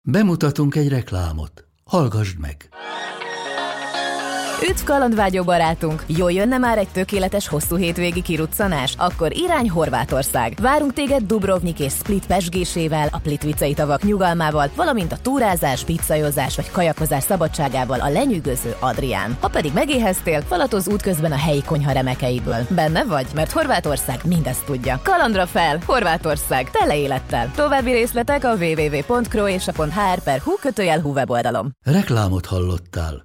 Bemutatunk egy reklámot. Hallgasd meg! Üdv kalandvágyó barátunk! Jól jönne már egy tökéletes hosszú hétvégi kiruccanás? Akkor irány Horvátország! Várunk téged Dubrovnik és Split pezsgésével, a Plitvicei tavak nyugalmával, valamint a túrázás, pizzajozás vagy kajakozás szabadságával a lenyűgöző Adrián. Ha pedig megéheztél, falatoz útközben a helyi konyha remekeiből. Benne vagy? Mert Horvátország mindezt tudja. Kalandra fel! Horvátország! Tele élettel! További részletek a www.croatia.hr/hu weboldalon. Reklámot hallottál.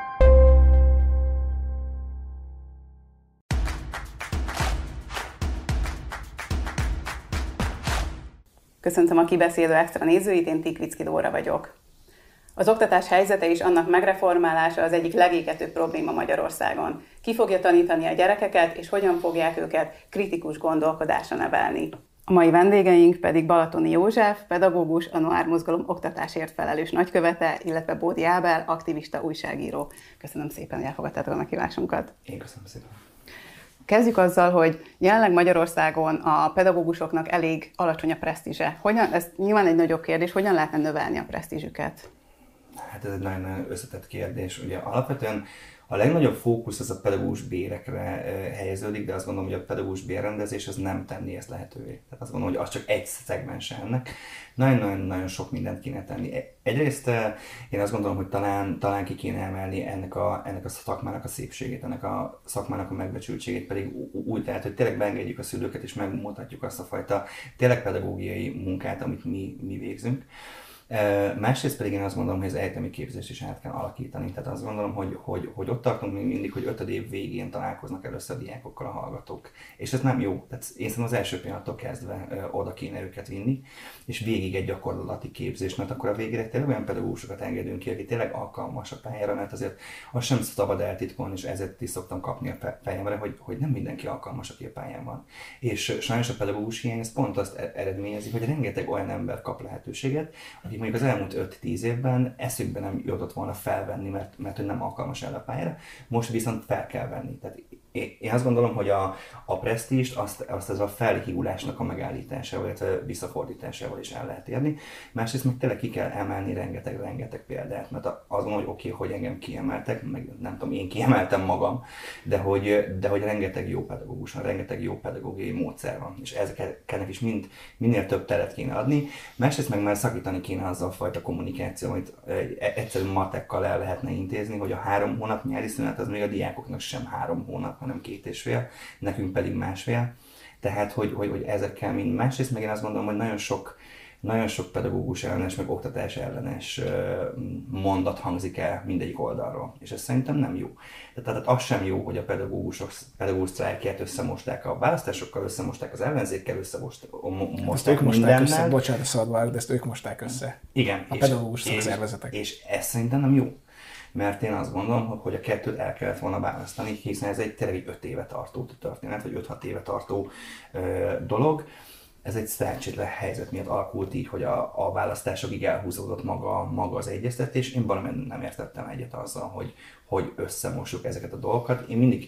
Köszöntöm a Kibeszélő Extra nézőit, én Tikvicki Dóra vagyok. Az oktatás helyzete és annak megreformálása az egyik legégetőbb probléma Magyarországon. Ki fogja tanítani a gyerekeket, és hogyan fogják őket kritikus gondolkodásra nevelni? A mai vendégeink pedig Balatoni József, pedagógus, a Noir Mozgalom oktatásért felelős nagykövete, illetve Bódi Ábel, aktivista, újságíró. Köszönöm szépen, hogy elfogadtátok a meghívásunkat. Én köszönöm szépen. Kezdjük azzal, hogy jelenleg Magyarországon a pedagógusoknak elég alacsony a presztízse. Ez nyilván egy nagyobb kérdés, hogyan lehetne növelni a presztízsüket? Hát ez egy nagyon összetett kérdés. Ugye alapvetően a legnagyobb fókusz az a pedagógus bérekre helyeződik, de azt gondolom, hogy a pedagógus bérrendezés az nem tenni ezt lehetővé. Tehát azt gondolom, hogy az csak egy szegmens ennek. Nagyon sok mindent kéne tenni. Egyrészt én azt gondolom, hogy talán ki kéne emelni ennek a szakmának a szépségét, ennek a szakmának a megbecsültségét, pedig úgy lehet, hogy tényleg beengedjük a szülőket, és megmutatjuk azt a fajta tényleg pedagógiai munkát, amit mi végzünk. Másrészt pedig én azt gondolom, hogy az egyetemi képzést is át kell alakítani. Tehát azt gondolom, hogy ott tartunk még mindig, hogy 5. év végén találkoznak először a diákokkal a hallgatók. És ez nem jó. Tehát én szerintem az első pillanattól kezdve oda kéne őket vinni, és végig egy gyakorlati képzés, mert akkor a végére tényleg olyan pedagógusokat engedünk ki, aki tényleg alkalmas a pályára, mert azért azt sem szabad eltitkolni, és ezért is szoktam kapni a fejemre, hogy nem mindenki alkalmas, aki a pályán van. És sajnos a pedagógus hiány ez pont azt eredményezi, hogy rengeteg olyan ember kap lehetőséget, aki mondjuk az elmúlt 5-10 évben eszükbe nem jutott volna felvenni, mert hogy nem alkalmas el a pályára, most viszont fel kell venni. Tehát én azt gondolom, hogy a presztízst azt ez a felhívulásnak a megállításával, illetve visszafordításával is el lehet érni. Másrészt meg tényleg ki kell emelni rengeteg példát, mert azt mondom, hogy oké, hogy engem kiemeltek, meg nem tudom, én kiemeltem magam, de hogy rengeteg jó pedagógus van, rengeteg jó pedagógiai módszer van, és ezeknek is minél több teret kéne adni. Másrészt meg már szakítani kéne azzal a fajta kommunikáció, amit egyszerű matekkal el lehetne intézni, hogy a 3 hónap nyári szünet az még a diákoknak sem 3 hónap, hanem 2,5, nekünk pedig 1,5. Tehát, hogy ezekkel mind. Másrészt meg én azt gondolom, hogy nagyon sok pedagógus ellenes, meg oktatás ellenes mondat hangzik el mindegyik oldalról. És ez szerintem nem jó. Tehát az sem jó, hogy a pedagógus sztrájkját összemosták a választásokkal, összemosták az ellenzékkel, összemosták mindennel. Bocsánat, szabad, de ezt ők mosták össze. Igen. A pedagógus szakszervezetek. És ez szerintem nem jó. Mert én azt gondolom, hogy a kettőt el kellett volna választani, hiszen ez tényleg egy 5 éve tartó történet, vagy 5-6 éve tartó dolog. Ez egy szerencsétlen helyzet miatt alakult így, hogy a választásokig elhúzódott maga az egyeztetés. Én valamiért nem értettem egyet azzal, hogy összemossuk ezeket a dolgokat. Én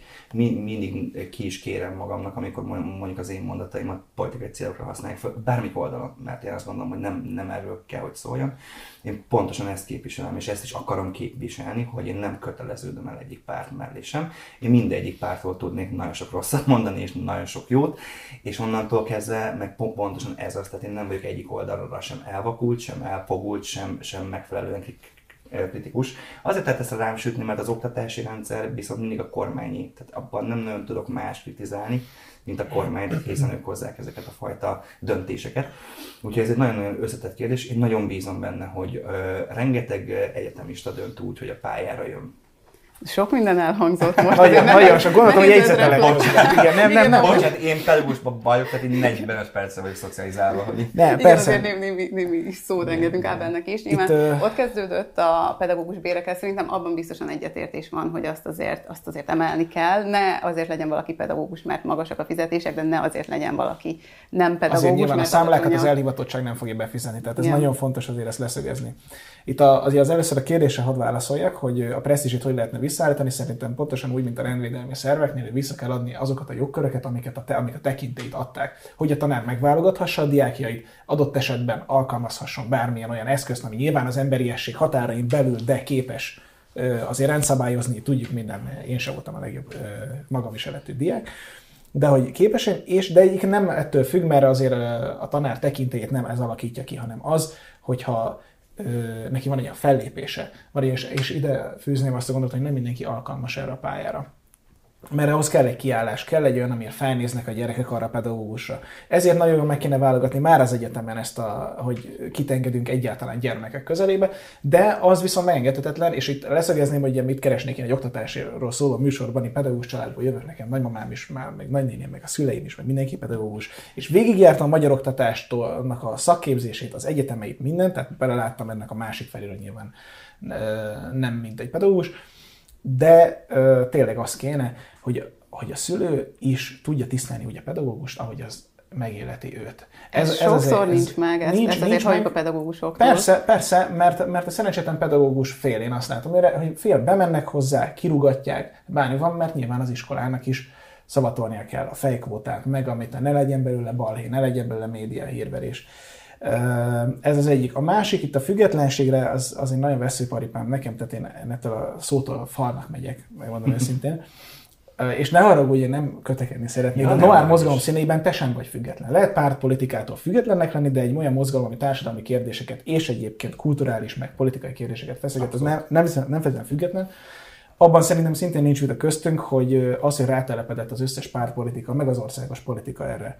mindig ki is kérem magamnak, amikor mondjuk az én mondataimat politikai célokra használják fel, bármik oldalon, mert én azt gondolom, hogy nem erről kell, hogy szóljon. Én pontosan ezt képviselem, és ezt is akarom képviselni, hogy én nem köteleződöm el egyik párt mellé sem. Én mindegyik pártról tudnék nagyon sok rosszat mondani, és nagyon sok jót, és onnantól kezdve meg pontosan ez az, tehát én nem vagyok egyik oldalra sem elvakult, sem elfogult, sem megfelelően kritikus. Azért lehet ezt rám sütni, mert az oktatási rendszer viszont mindig a kormányi, tehát abban nem nagyon tudok más kritizálni, mint a kormány, hiszen ők hozzák ezeket a fajta döntéseket. Úgyhogy ez egy nagyon-nagyon összetett kérdés. Én nagyon bízom benne, hogy rengeteg egyetemista dönt úgy, hogy a pályára jön. Sok minden elhangzott most. Nagyon sok, gondoltam, hogy jegyzetelek. Nem. Bocsánat, én pedagógusban vagyok, tehát én 45 percre vagyok szocializálva. Nem, persze. Igen, azért némi szót engedünk Ábelnek is. Nyilván ott kezdődött a pedagógus bérekkel, szerintem abban biztosan egyetértés van, hogy azt azért emelni kell. Ne azért legyen valaki pedagógus, mert magasak a fizetések, de ne azért legyen valaki nem pedagógus. Azért nyilván a számlákat az elhivatottság nem fogja befizetni, tehát ez nagyon fontos azért ezt leszögezni. Itt az először a kérdésre hadd válaszoljak, hogy a presztízsét hogy lehetne visszaállítani, szerintem pontosan úgy, mint a rendvédelmi szerveknél, hogy vissza kell adni azokat a jogköröket, amik a tekintélyt adták, hogy a tanár megválogathassa a diákjait, adott esetben alkalmazhasson bármilyen olyan eszközt, ami nyilván az emberiesség határain belül, de képes azért rendszabályozni, tudjuk minden, én sem voltam a legjobb magaviseletű diák, de hogy képesen, de egyik nem ettől függ, mert azért a tanár tekintélyét nem ez alakítja ki, hanem az, hogyha neki van egy olyan fellépése, és ide fűzném azt a gondolatot, hogy nem mindenki alkalmas erre a pályára. Mert ahhoz kell egy kiállás, kell egy olyan, amiért felnéznek a gyerekek arra a pedagógusra. Ezért nagyon jól meg kéne válogatni már az egyetemen ezt, hogy kit engedünk egyáltalán gyermekek közelébe, de az viszont megengedhetetlen, és itt leszögezném, hogy ugye mit keresnék én egy oktatásról szóló műsorban, én pedagógus családból jövök, nekem nagymamám is, meg nagynéném, meg a szüleim is, meg mindenki pedagógus, és végigjártam a magyar oktatásnak a szakképzését, az egyetemeit, mindent, tehát beleláttam ennek a másik feléről nyilván nem mint egy pedagógus, de tényleg az kéne, hogy a szülő is tudja tisztelni ugye a pedagógust, ahogy az megéleti őt. Ez sokszor nincs meg, ezt azért halljuk a pedagógusoktól. Persze, mert a szerencsétlen pedagógus fél, én azt látom, hogy fél bemennek hozzá, kirúgatják, bármi van, mert nyilván az iskolának is szavatolnia kell a fejkvótát, meg amit ne legyen belőle balhé, ne legyen belőle média hírverés. Ez az egyik. A másik, itt a függetlenségre, az egy nagyon veszőparipám nekem, tehát én ettől a szótól a falnak megyek, megmondom őszintén. És ne haragudj, én nem kötekedni szeretnék. A Noir mozgalom színeiben te sem vagy független. Lehet pártpolitikától függetlennek lenni, de egy olyan mozgalom, ami társadalmi kérdéseket és egyébként kulturális, meg politikai kérdéseket feszeget, az nem feltétlenül független. Abban szerintem szintén nincs vita köztünk, hogy az, hogy rátelepedett az összes pártpolitika, meg az országos politika erre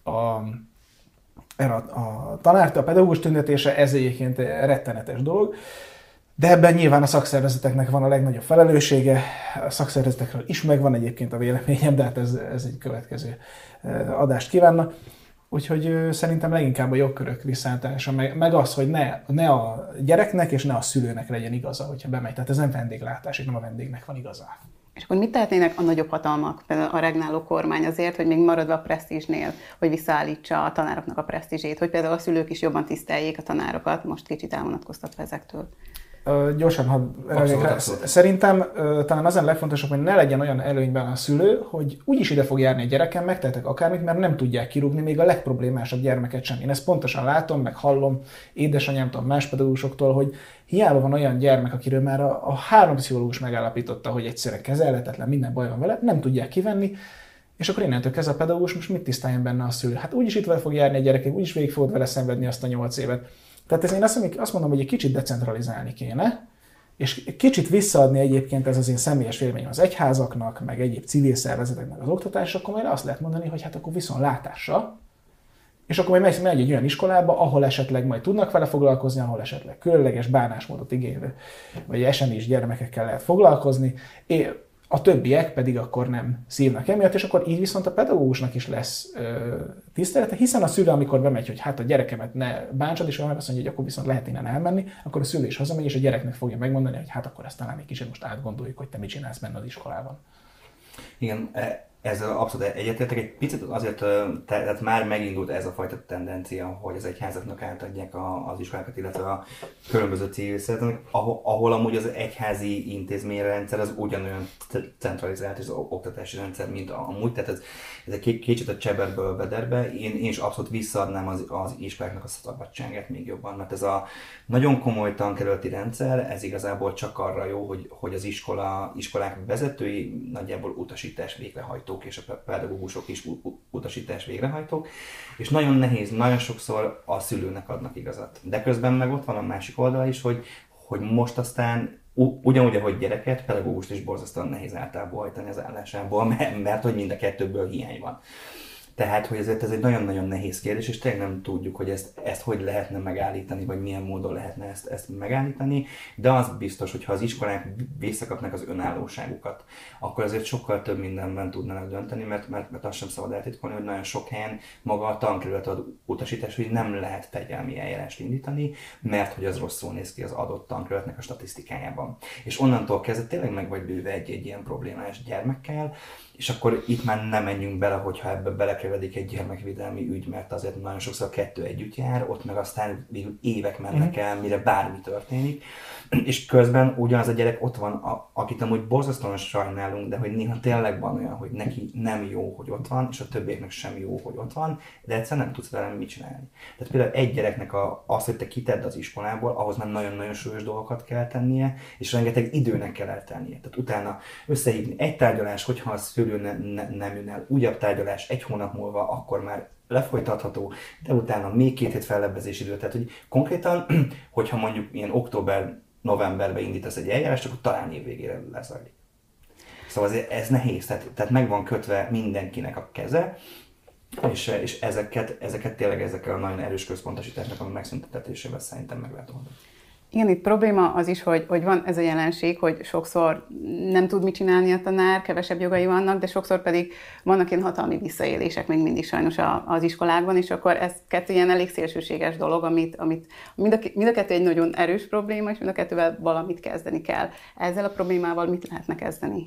a tanártól, a pedagógus tüntetése, ez egyébként rettenetes dolog, de ebben nyilván a szakszervezeteknek van a legnagyobb felelőssége, a szakszervezetekről is megvan egyébként a véleményem, de hát ez egy következő adást kívánna. Úgyhogy szerintem leginkább a jogkörök visszaállítása, meg az, hogy ne a gyereknek és ne a szülőnek legyen igaza, hogyha bemegy. Tehát ez nem vendéglátás, nem a vendégnek van igaza. És akkor mit tehetnének a nagyobb hatalmak, például a regnáló kormány azért, hogy még maradva a presztízsnél, hogy visszaállítsa a tanároknak a presztízsét, hogy például a szülők is jobban tiszteljék a tanárokat, most kicsit elvonatkoztatva ezektől? Gyorsan, szerintem talán az a legfontosabb, hogy ne legyen olyan előnyben a szülő, hogy úgyis ide fog járni a gyerekem, megtehetek akármit, mert nem tudják kirúgni még a legproblémásabb gyermeket sem. Én ezt pontosan látom, meg hallom édesanyámtól, más pedagógusoktól, hogy hiába van olyan gyermek, akiről már a 3 pszichológus megállapította, hogy egyszerűen kezelhetetlen, minden baj van vele, nem tudják kivenni, és akkor innentől kezdve a pedagógus most mit tiszteljen benne a szülő? Hát úgyis itt fog járni a gyerekek, úgyis végig fogod vele szenvedni azt a 8 évet. Tehát én azt mondom, hogy egy kicsit decentralizálni kéne, és kicsit visszaadni egyébként, ez az én személyes véleményem az egyházaknak, meg egyéb civil szervezeteknek az oktatásra, akkor majd azt lehet mondani, hogy hát akkor viszontlátásra, és akkor majd megy egy olyan iskolába, ahol esetleg majd tudnak vele foglalkozni, ahol esetleg különleges bánásmódot igénylő, vagy esemélyes gyermekekkel lehet foglalkozni, a többiek pedig akkor nem szívnak emiatt, és akkor így viszont a pedagógusnak is lesz tisztelete, hiszen a szülő, amikor bemegy, hogy hát a gyerekemet ne bántsad, és azt mondja, hogy akkor viszont lehet innen elmenni, akkor a szülő is hazamegy, és a gyereknek fogja megmondani, hogy hát akkor ezt talán egy kicsit most átgondoljuk, hogy te mit csinálsz benne az iskolában. Igen, ezzel abszolút egyetértek. Egy picit azért, tehát már megindult ez a fajta tendencia, hogy az egyházaknak átadják az iskolákat, illetve a különböző civil szervezeteknek, ahol amúgy az egyházi intézményrendszer az ugyanolyan centralizált az oktatási rendszer, mint amúgy. Tehát ez egy kicsit a cseberből vederbe. Én is abszolút visszaadnám az iskoláknak a szabadságát még jobban, mert ez a nagyon komoly tankerületi rendszer, ez igazából csak arra jó, hogy az iskolák vezetői nagyjából utasítás végrehajtók, és a pedagógusok is utasítás végrehajtók, és nagyon nehéz, nagyon sokszor a szülőnek adnak igazat. De közben meg ott van a másik oldal is, hogy most aztán ugyanúgy, ahogy gyereket, pedagógust is borzasztóan nehéz általában hajtani az állásából, mert hogy mind a kettőből hiány van. Tehát, hogy ezért ez egy nagyon-nagyon nehéz kérdés, és tényleg nem tudjuk, hogy ezt hogy lehetne megállítani, vagy milyen módon lehetne ezt megállítani, de az biztos, hogy ha az iskolák visszakapnak az önállóságukat, akkor azért sokkal több mindenben tudnának dönteni, mert azt sem szabad eltitkolni, hogy nagyon sok helyen maga a tankerület ad utasítás, hogy nem lehet fegyelmi eljárást indítani, mert hogy az rosszul néz ki az adott tankerületnek a statisztikájában. És onnantól kezdve tényleg meg vagy bőve egy ilyen problémás gyermekkel, és akkor itt már nem menjünk bele, hogyha ebbe bele kell összekeveredik egy gyermekvédelmi ügy, mert azért nagyon sokszor kettő együtt jár, ott meg aztán végül évek mennek el, mire bármi történik, és közben ugyanaz a gyerek ott van, akit amúgy borzasztóan sajnálunk, de hogy néha tényleg van olyan, hogy neki nem jó, hogy ott van, és a többieknek sem jó, hogy ott van, de egyszerűen nem tudsz vele mit csinálni. Tehát például egy gyereknek az, hogy te kitedd az iskolából, ahhoz már nagyon-nagyon súlyos dolgokat kell tennie, és rengeteg időnek kell eltennie. Tehát utána összehívni egy tárgyalás, hogyha a szülő nem jön el, újabb tárgyalás egy hónap múlva, akkor már lefolytatható, de utána még 2 hét fellebbezési idő. Tehát, hogy konkrétan, hogyha mondjuk ilyen október-novemberben indítasz egy eljárást, akkor talán év végére lezajlik. Szóval ez nehéz, tehát meg van kötve mindenkinek a keze, és ezeket tényleg ezekkel a nagyon erős központosításnak a megszüntetésével szerintem meg lehet oldani. Igen, itt probléma az is, hogy van ez a jelenség, hogy sokszor nem tud mit csinálni a tanár, kevesebb jogai vannak, de sokszor pedig vannak ilyen hatalmi visszaélések még mindig sajnos az iskolákban, és akkor ez kettő ilyen elég szélsőséges dolog, amit mind a kettő egy nagyon erős probléma, és mind a kettővel valamit kezdeni kell. Ezzel a problémával mit lehetne kezdeni?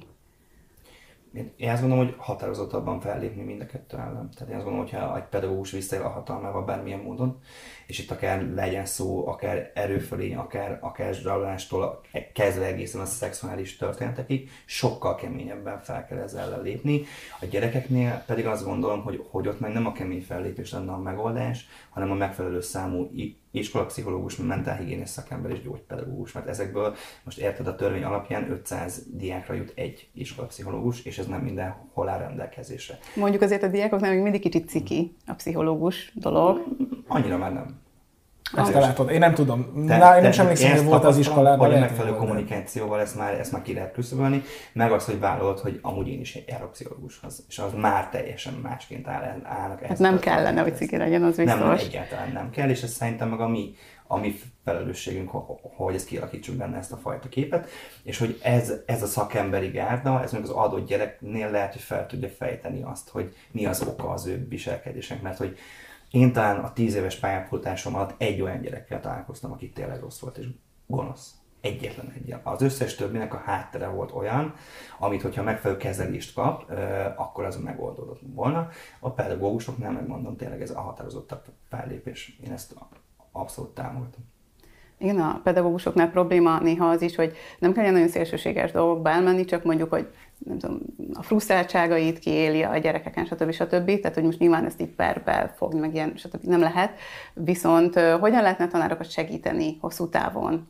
Én azt gondolom, hogy határozottabban fellépni mind a kettő ellen. Tehát én azt gondolom, hogyha egy pedagógus visszaél a hatalmával bármilyen módon, és itt akár legyen szó, akár erőfölé, akár zsarolástól kezdve egészen a szexuális történetekig, sokkal keményebben fel kell ezzel ellen lépni. A gyerekeknél pedig azt gondolom, hogy ott meg nem a kemény fellépés lenne a megoldás, hanem a megfelelő számú iskolapszichológus, mentálhigiénés szakember és gyógypedagógus, mert ezekből most érted a törvény alapján 500 diákra jut egy iskolapszichológus, és ez nem mindenhol áll rendelkezésre. Mondjuk azért a diákoknál még mindig kicsit ciki a pszichológus dolog. Annyira már nem. Ezt látod, én nem tudom. Én nem sem emlékszem, hogy volt az iskolában. Hogy a megfelelő kommunikációval ezt már ki lehet küszöbölni, meg az, hogy vállalod, hogy amúgy én is járok pszichológushoz, és az már teljesen másként állnak. Hát nem kellene, hogy ciki legyen, az biztos. Nem, egyáltalán nem kell, és ez szerintem meg a mi felelősségünk, hogy ezt kialakítsuk benne ezt a fajta képet, és hogy ez a szakemberi gárda, ez meg az adott gyereknél lehet, hogy fel tudja fejteni azt, hogy mi az oka az ő viselkedésnek, mert hogy én talán a 10 éves pályafutásom alatt egy olyan gyerekkel találkoztam, aki tényleg rossz volt és gonosz. Egyetlen egyen. Az összes többinek a háttere volt olyan, amit, hogyha megfelelő kezelést kap, akkor az megoldódott volna. A pedagógusoknál megmondom, tényleg ez a határozottabb fellépés. Én ezt abszolút támogatom. Igen, a pedagógusoknál probléma néha az is, hogy nem kell ilyen nagyon szélsőséges dolgokba elmenni, csak mondjuk, hogy nem tudom, a frusztráltságait kiéli a gyerekeken, stb. Tehát, hogy most nyilván ezt így perbe fogni, meg ilyen, stb. Nem lehet. Viszont hogyan lehetne tanárokat segíteni hosszú távon,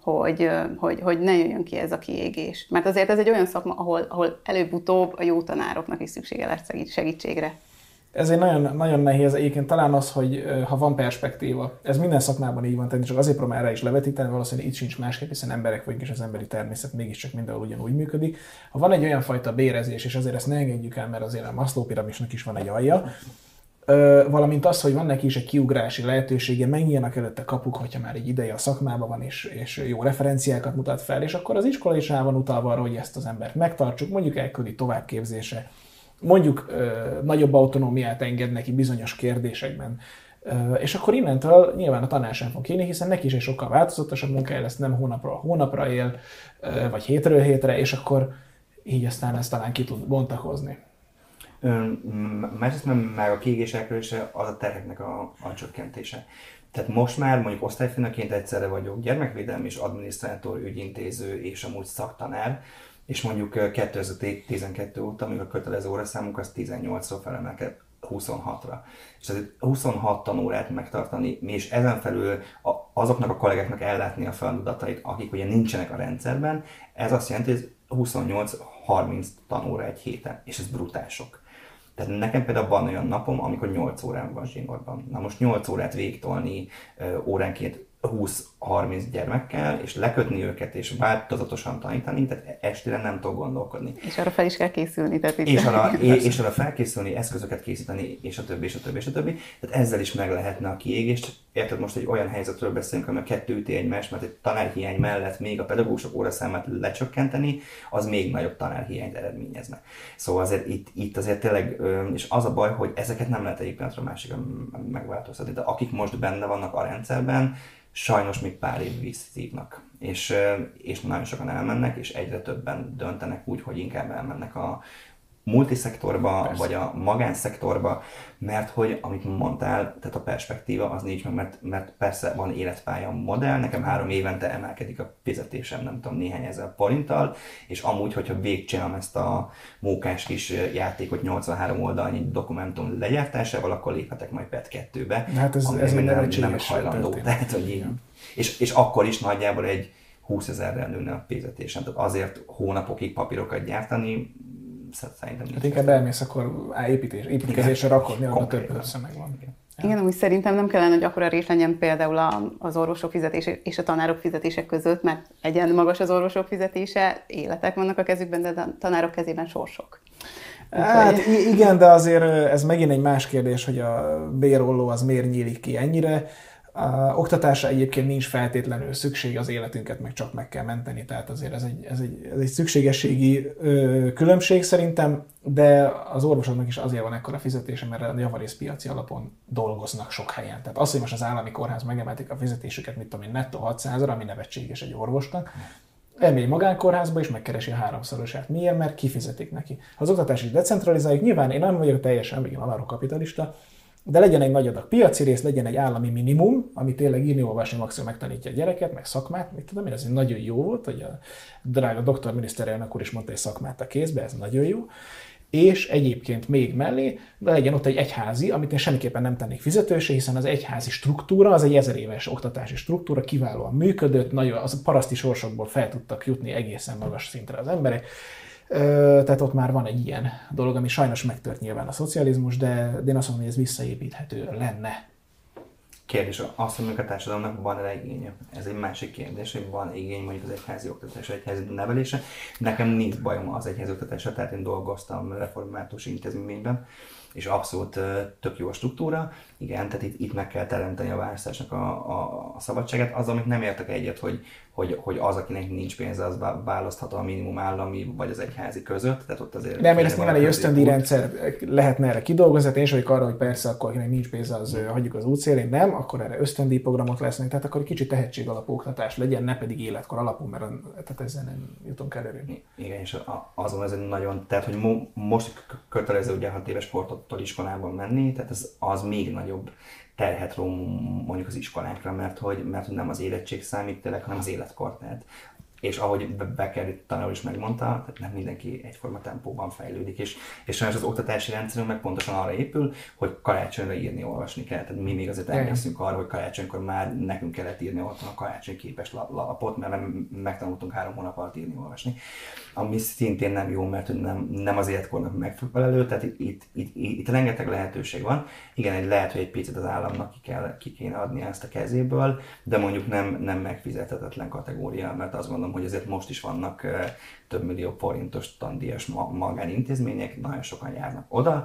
hogy ne jöjjön ki ez a kiégés? Mert azért ez egy olyan szakma, ahol előbb-utóbb a jó tanároknak is szüksége lesz segítségre. Ez egy nagyon, nagyon nehéz, egyébként talán az, hogy ha van perspektíva, ez minden szakmában így van, tehát csak azért próbálom erre is levetíteni, valószínűleg itt sincs másképp, hiszen emberek vagyunk, és az emberi természet mégiscsak mindenhol ugyanúgy működik. Ha van egy olyan fajta bérezés, és azért ezt ne engedjük el, mert azért a Maslow piramisnak is van egy alja, valamint az, hogy van neki is egy kiugrási lehetősége, megnyílnak előtte kapuk, hogyha már egy ideje a szakmában van, és jó referenciákat mutat fel, és akkor az iskola is rá van utalva arra, hogy ezt az embert megtartsuk, mondjuk elküldi továbbképzése, mondjuk nagyobb autonómiát enged neki bizonyos kérdésekben. És akkor innentől nyilván a tanár sem fog kérni, hiszen neki is egy sokkal változatosabb munkája lesz, nem hónapról hónapra él, vagy hétről hétre, és akkor így aztán ezt talán ki tud bontakozni. Másrészt már a kiégésekről is az a terheknek a csökkentése. Tehát most már mondjuk osztályfőnökként egyszerre vagyok gyermekvédelmi és adminisztrátor, ügyintéző és amúgy szaktanár, és mondjuk 2012 óta, amikor a kötelező óraszámunk az 18-ról felemelkedett 26-ra. És azért 26 tanórát megtartani, és ezen felül azoknak a kollégáknak ellátni a feladatait, akik ugye nincsenek a rendszerben, ez azt jelenti, hogy 28-30 tanóra egy héten, és ez brutál sok. Tehát nekem például van olyan napom, amikor 8 órám van zsinórban. Na most 8 órát végigtolni óránként 20-30 gyermekkel, és lekötni őket, és változatosan tanítani, tehát estére nem tudok gondolkodni. És arra fel is kell készülni. Tehát és arra felkészülni, eszközöket készíteni, és a többi. Tehát ezzel is meg lehetne a kiégést. Érted, most egy olyan helyzetről beszélünk, ami a kettő üti egymást, mert egy tanárhiány mellett még a pedagógusok óraszámát lecsökkenteni, az még nagyobb tanárhiányt eredményezne. Szóval azért itt azért tényleg, és az a baj, hogy ezeket nem lehet egyik pillanatra másikra megváltoztatni. De akik most benne vannak a rendszerben, sajnos még pár év visszívnak, és nagyon sokan elmennek, és egyre többen döntenek úgy, hogy inkább elmennek a multiszektorba, vagy a magánszektorba, mert hogy, amit mondtál, tehát a perspektíva az nincs meg, mert persze van életpálya modell, nekem 3 évente emelkedik a fizetésem, nem tudom, néhány ezer forinttal, és amúgy, hogyha végigcsinálom ezt a mókás kis játékot 83 oldalnyi dokumentum legyártásával, akkor léphetek majd PET 2-be, hát ez nem hajlandó. Tehát, hogy és akkor is nagyjából egy 20 000-rel nőne a fizetésem. Tehát azért hónapokig papírokat gyártani, szerintem nincs. Hát inkább elmész akkor építkezésre rakodni, ahol több össze megvan. Igen, amúgy szerintem nem kellene, hogy akkora rés legyen például az orvosok fizetése és a tanárok fizetése között, mert egyen magas az orvosok fizetése, életek vannak a kezükben, de a tanárok kezében sorsok. Hát igen, de azért ez megint egy más kérdés, hogy a bérolló az miért nyílik ki ennyire. A oktatásra egyébként nincs feltétlenül szükség, az életünket meg kell menteni, tehát azért ez egy szükségességi különbség szerintem, de az orvosoknak is azért van ekkora fizetése, mert a javarészpiaci alapon dolgoznak sok helyen. Tehát az, hogy most az állami kórház megemelték a fizetésüket, mit tudom én, nettó 600-ra, ami nevetséges egy orvosnak, elmegy magánkórházba és megkeresi a 3-szorosát. Miért? Mert kifizetik neki. Ha az oktatást is decentralizáljuk, nyilván én nem vagyok teljesen végén anarchokapitalista, de legyen egy nagy adag piaci rész, legyen egy állami minimum, ami tényleg írni, olvasni, maximum megtanítja a gyereket, meg szakmát, mit tudom én, ez nagyon jó volt, hogy a drága doktor miniszterelnök úr is mondta, hogy szakmát a kézbe, ez nagyon jó. És egyébként még mellé, de legyen ott egy egyházi, amit én semmiképpen nem tennék fizetősé, hiszen az egyházi struktúra, az egy 1000 éves oktatási struktúra, kiválóan működött, nagyon, az paraszti sorsokból fel tudtak jutni egészen magas szintre az emberek. Tehát ott már van egy ilyen dolog, ami sajnos megtört nyilván a szocializmus, de én azt mondom, hogy ez visszaépíthető lenne. Kérdés, azt mondjuk a társadalomnak van rá igénye? Ez egy másik kérdés, hogy van igény mondjuk az egyházi oktatásra, egyházi nevelése. Nekem nincs bajom az egyházi oktatásra, tehát én dolgoztam református intézményben, és abszolút tök jó a struktúra. Igen, tehát itt meg kell teremteni a választásnak a szabadságát. Az, amit nem értek egyet, hogy az, akinek nincs pénze, az választhat a minimum állami vagy az egyházi között. Tehát ott azért nem, én ezt nyilván egy ösztöndíjrendszer lehetne erre kidolgozni, én is vagyok arra, hogy persze akkor, akinek nincs pénze, az hagyjuk az útszélén, nem, akkor erre ösztöndíjprogramok lesznek, tehát akkor egy kicsit tehetség alapú oktatás legyen, ne pedig életkor alapú, mert tehát ezzel nem jutunk előre. Igen, és azon ez egy nagyon, tehát hogy most kötelező ugye 6 éves sportottól iskolában menni, tehát az még nagyobb terhet ró mondjuk az iskolákra, mert hogy nem az érettség számít tényleg, hanem az életkor. Tehát. És ahogy Becker tanár is megmondta, tehát nem mindenki egyforma tempóban fejlődik, és sajnos az oktatási rendszerünk meg pontosan arra épül, hogy karácsonyra írni, olvasni kell. Tehát mi még azért emlékszünk arra, hogy karácsonykor már nekünk kellett írni otthon a karácsony képes lapot, mert megtanultunk 3 hónap alatt írni, olvasni. Ami szintén nem jó, mert nem az életkornak megfelelő, tehát itt rengeteg lehetőség van. Igen, lehet, hogy egy picit az államnak ki kéne adni ezt a kezéből, de mondjuk nem megfizethetetlen kategória, mert azt gondolom, hogy azért most is vannak több millió forintos tandíjas magánintézmények, nagyon sokan járnak oda,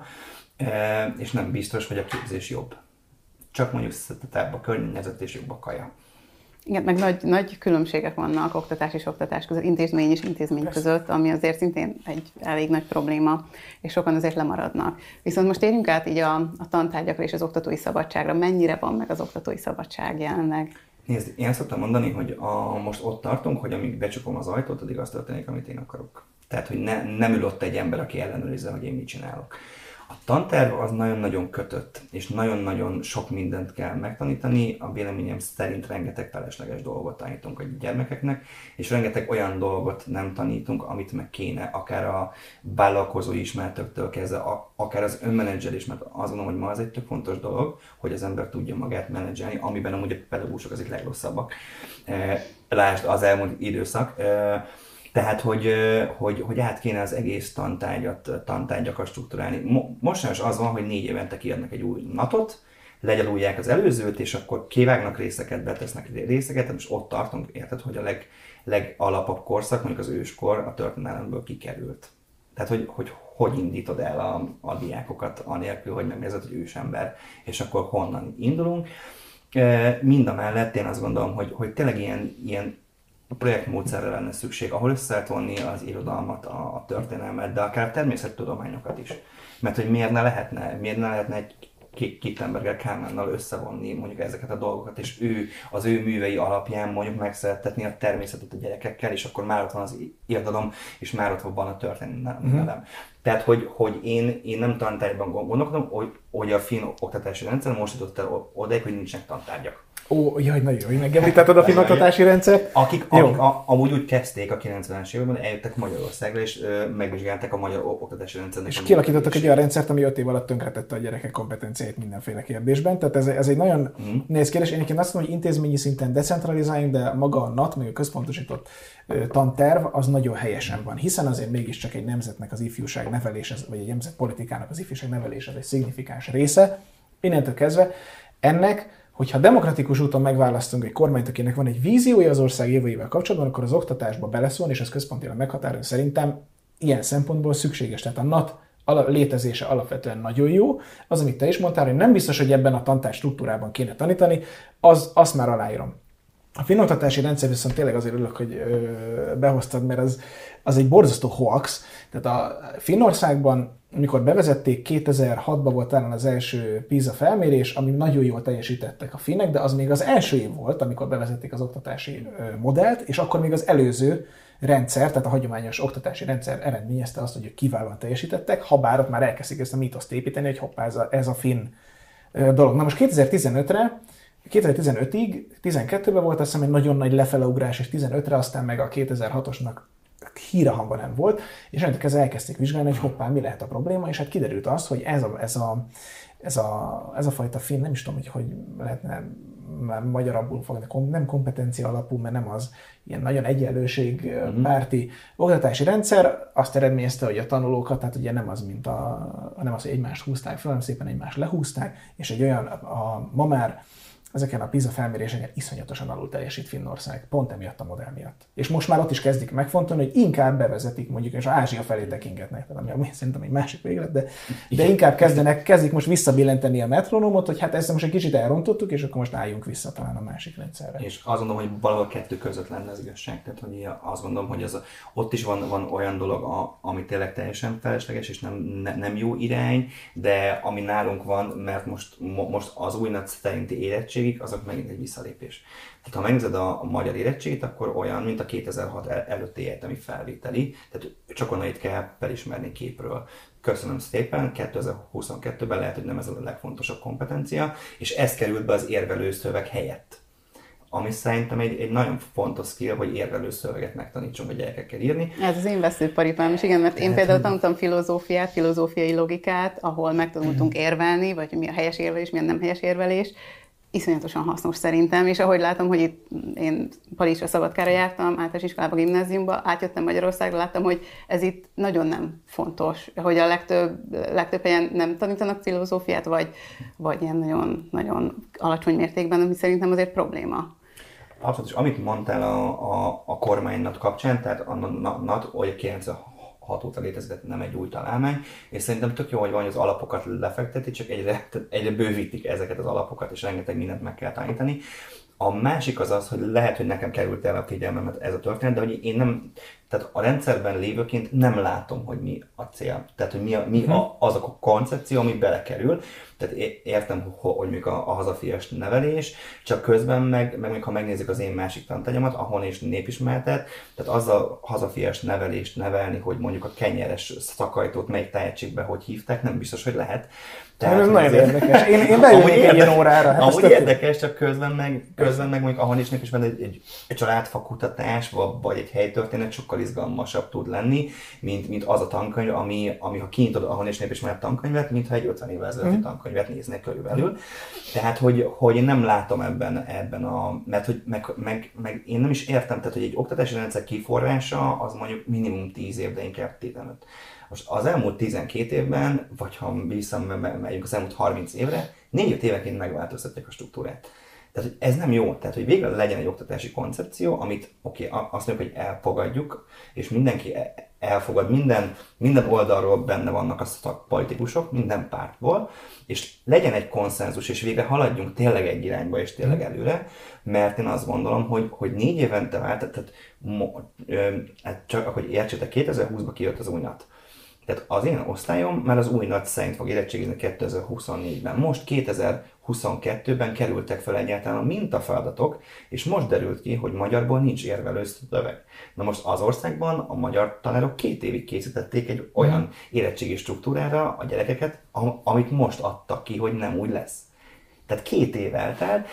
és nem biztos, hogy a képzés jobb. Csak mondjuk szebb a környezet és jobb a kaja. Igen, meg nagy különbségek vannak oktatás és oktatás között, intézmény és intézmény között, ami azért szintén egy elég nagy probléma, és sokan azért lemaradnak. Viszont most térjünk át így a tantárgyakra és az oktatói szabadságra. Mennyire van meg az oktatói szabadság jelenleg? Nézd, én szoktam mondani, hogy most ott tartunk, hogy amíg becsukom az ajtót, addig az történik, amit én akarok. Tehát, hogy nem ül ott egy ember, aki ellenőrizze, hogy én mit csinálok. A tanterv az nagyon-nagyon kötött, és nagyon-nagyon sok mindent kell megtanítani. A véleményem szerint rengeteg felesleges dolgot tanítunk a gyermekeknek, és rengeteg olyan dolgot nem tanítunk, amit meg kéne, akár a vállalkozói ismeretektől kezdve, akár az önmenedzselés, mert azt gondolom, hogy ma az egy tök fontos dolog, hogy az ember tudja magát menedzselni, amiben amúgy a pedagógusok azok legrosszabbak. Lásd az elmúlt időszak. Tehát, hogy át kéne az egész tantárgyakat strukturálni. Most is az van, hogy 4 évente kiadnak egy új natot, legyalulják az előzőt, és akkor kivágnak részeket, betesznek részeket, és ott tartunk, érted, hogy a legalapabb korszak, mondjuk az őskor a történelemből kikerült. Tehát, hogy indítod el a diákokat anélkül, hogy megnézed, hogy ősember, és akkor honnan indulunk. Mindamellett én azt gondolom, hogy tényleg ilyen projektmódszerre lenne szükség, ahol össze lehet vonni az irodalmat, a történelmet, de akár a természettudományokat is. Mert hogy miért ne lehetne Kittenberger Kálmánnal összevonni mondjuk ezeket a dolgokat, és az ő művei alapján mondjuk megszerettetni a természetet a gyerekekkel, és akkor már ott van az irodalom, és már ott van a történelem. Tehát, hogy én nem tantárgyban gondolkodom, hogy a finn oktatási rendszer most jutott el odaig, hogy nincsenek tantárgyak. Ó, jaj, nagyon jó, hogy megemlítetted a finn oktatási rendszert. Akik amúgy úgy kezdték a 90-es években, eljöttek Magyarországra, és megvizsgálták a magyar oktatási rendszernek. És kialakítottak egy olyan rendszert, ami 5 év alatt tönkretette a gyerekek kompetenciáit mindenféle kérdésben. Tehát ez egy nagyon nehéz kérdés. Én egyébként azt mondom, hogy intézményi szinten decentralizáljunk, de maga a NAT, meg a központosított tanterv, az nagyon helyesen van, hiszen azért mégiscsak egy nemzetnek az ifjúság nevelése, vagy egy nemzetpolitikának az ifjúság nevelése egy szignifikáns része. Innentől kezdve ennek, hogyha demokratikus úton megválasztunk egy kormányt, akinek van egy víziója az ország jövőjével kapcsolatban, akkor az oktatásba beleszólni, és ez központilag meghatározni szerintem ilyen szempontból szükséges. Tehát a NAT létezése alapvetően nagyon jó. Az, amit te is mondtál, hogy nem biztos, hogy ebben a tantár struktúrában kéne tanítani, azt már aláírom. A finn oktatási rendszer viszont tényleg azért örülök, hogy behoztad, mert az egy borzasztó hoax. Tehát a Finnországban, amikor bevezették, 2006-ban volt talán az első PISA felmérés, ami nagyon jól teljesítettek a finnek, de az még az első év volt, amikor bevezették az oktatási modellt, és akkor még az előző rendszer, tehát a hagyományos oktatási rendszer eredményezte azt, hogy kiválóan teljesítettek, habár ott már elkezdték ezt a mítoszt építeni, hogy hoppá, ez a finn dolog. Na most 2015-ig, 12-ben volt azt hiszem egy nagyon nagy lefeleugrás, és 15-re aztán meg a 2006-osnak hírahangban nem volt, és ennek elkezdték vizsgálni, hogy hoppá, mi lehet a probléma, és hát kiderült az, hogy ez a fajta finn, nem is tudom, hogy lehetne már magyarabbul fogni, nem kompetencia alapú, mert nem az, ilyen nagyon egyenlőségpárti oktatási rendszer, azt eredményezte, hogy a tanulókat, tehát ugye nem az, nem az, hogy egymást húzták fel, hanem szépen egymást lehúzták, és egy olyan, ma már ezeken a PISA felméréseken iszonyatosan alul teljesít Finnország, pont emiatt a modell miatt. És most már ott is kezdik megfontolni, hogy inkább bevezetik mondjuk, és Ázsia felé tekingetnek, ami szerintem egy másik véglet, de inkább kezdik most visszabillenteni a metronómot, hogy hát ezt most egy kicsit elrontottuk, és akkor most álljunk vissza talán a másik rendszerre. És azt gondolom, hogy valahol kettő között lenne az igazság. Tehát, hogy azt gondolom, hogy ott is van olyan dolog, ami tényleg teljesen felesleges, és nem jó irány, de ami nálunk van, mert most az új NAT szerinti érettség, azok megint egy visszalépés. Tehát ha megnézed a magyar érettségit, akkor olyan, mint a 2006 előtti egyetemi felvételi, tehát csak onnait kell felismerni képről. Köszönöm szépen, 2022-ben lehet, hogy nem ez a legfontosabb kompetencia, és ez került be az érvelő szöveg helyett. Ami szerintem egy nagyon fontos skill, hogy érvelő szöveget megtanítsunk a gyerekekkel írni. Ez az én veszőparipám is, igen, mert én például tanultam filozófiát, filozófiai logikát, ahol megtanultunk érvelni, vagy mi a helyes érvelés, mi a nem helyes érvelés. Iszonyatosan hasznos szerintem, és ahogy látom, hogy itt én Palisra, Szabadkára jártam, általános iskolába, gimnáziumba, átjöttem Magyarországra, láttam, hogy ez itt nagyon nem fontos, hogy a legtöbb helyen nem tanítanak filozófiát, vagy ilyen nagyon, nagyon alacsony mértékben, ami szerintem azért probléma. Abszolút, és amit mondtál a kormánynak kapcsán, tehát a NAT, hogy 96 óta létezett, nem egy új találmány, és szerintem tök jó, hogy van, hogy az alapokat lefekteti, csak egyre bővítik ezeket az alapokat, és rengeteg mindent meg kell tanítani. A másik az, hogy lehet, hogy nekem került el a figyelmemet ez a történet, de hogy én nem, tehát a rendszerben lévőként nem látom, hogy mi a cél. Tehát, hogy mi az a koncepció, ami belekerül. Tehát értem, hogy mondjuk a hazafias nevelés, csak közben meg ha megnézzük az én másik tantárgyamat, ahol is népismeretet, tehát az a hazafias nevelést nevelni, hogy mondjuk a kenyeres szakajtót melyik tájegységben hogy hívták, nem biztos, hogy lehet. Tehát, ez nagyon érdekes. Én bejövök egy ilyen órára. Hát amúgy érdekes, csak közben meg mondjuk ahol is népismeret egy családfakutatás, vagy egy helytörténet sokkal izgalmasabb tud lenni, mint az a tankönyv, ami ha kinyitod ahol is népismeret tankönyvet, mintha egy 50 évvel ezelőtti tankönyvet néznék körülbelül. Tehát, hogy én nem látom ebben mert hogy meg én nem is értem, tehát hogy egy oktatási rendszer kiforrása az mondjuk minimum 10 év, de inkább 15. Most az elmúlt 12 évben, vagy ha visszamegyünk az elmúlt 30 évre, 4-5 évenként megváltoztatják a struktúrát. Tehát hogy ez nem jó, tehát hogy végre legyen egy oktatási koncepció, amit azt mondjuk, hogy elfogadjuk, és mindenki elfogad, minden oldalról benne vannak a szakpolitikusok, minden pártból, és legyen egy konszenzus, és végre haladjunk tényleg egy irányba, és tényleg előre, mert én azt gondolom, hogy 4 évente vált, tehát csak hogy értsétek, 2020-ban kijött az új NAT. Tehát az én osztályom már az új NAC szerint fog érettségizni 2024-ben. Most 2022-ben kerültek fel egyáltalán a mintafeladatok, és most derült ki, hogy magyarból nincs érvelő szöveg. Na most az országban a magyar tanárok 2 évig készítették egy olyan érettségi struktúrára a gyerekeket, amit most adtak ki, hogy nem úgy lesz. Tehát 2 év eltelt,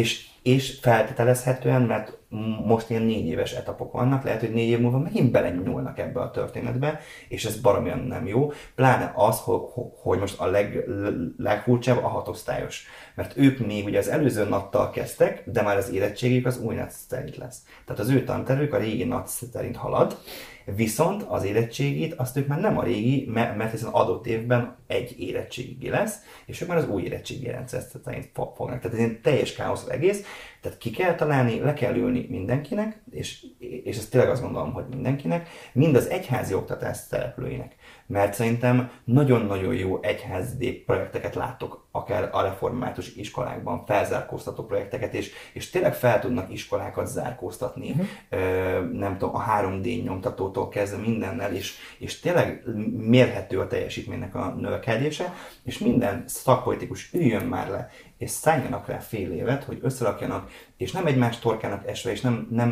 és feltételezhetően, mert most ilyen 4 éves etapok vannak, lehet, hogy 4 év múlva megint belenyúlnak ebbe a történetbe, és ez baromira nem jó. Pláne az, hogy most a legfurcsább a 6 osztályos. Mert ők még ugye az előző NAT-tal kezdtek, de már az érettségük az új NAT szerint lesz. Tehát az ő tantervük a régi NAT szerint halad, viszont az érettségit azt ők már nem a régi, mert hiszen adott évben egy érettségi lesz, és ők már az új érettségi rendszer szerint fognak. Tehát ez egy teljes káosz az egész, tehát ki kell találni, le kell ülni mindenkinek, és ezt tényleg azt gondolom, hogy mindenkinek, mind az egyházi oktatás szereplőinek. Mert szerintem nagyon-nagyon jó egyházi projekteket látok, akár a református iskolákban, felzárkóztató projekteket, és tényleg fel tudnak iskolákat zárkóztatni, nem tudom, a 3D nyomtatótól kezdve mindennel, és tényleg mérhető a teljesítménynek a növekedése, és minden szakpolitikus üljön már le, és szálljanak rá fél évet, hogy összerakjanak, és nem egymás torkának esve, és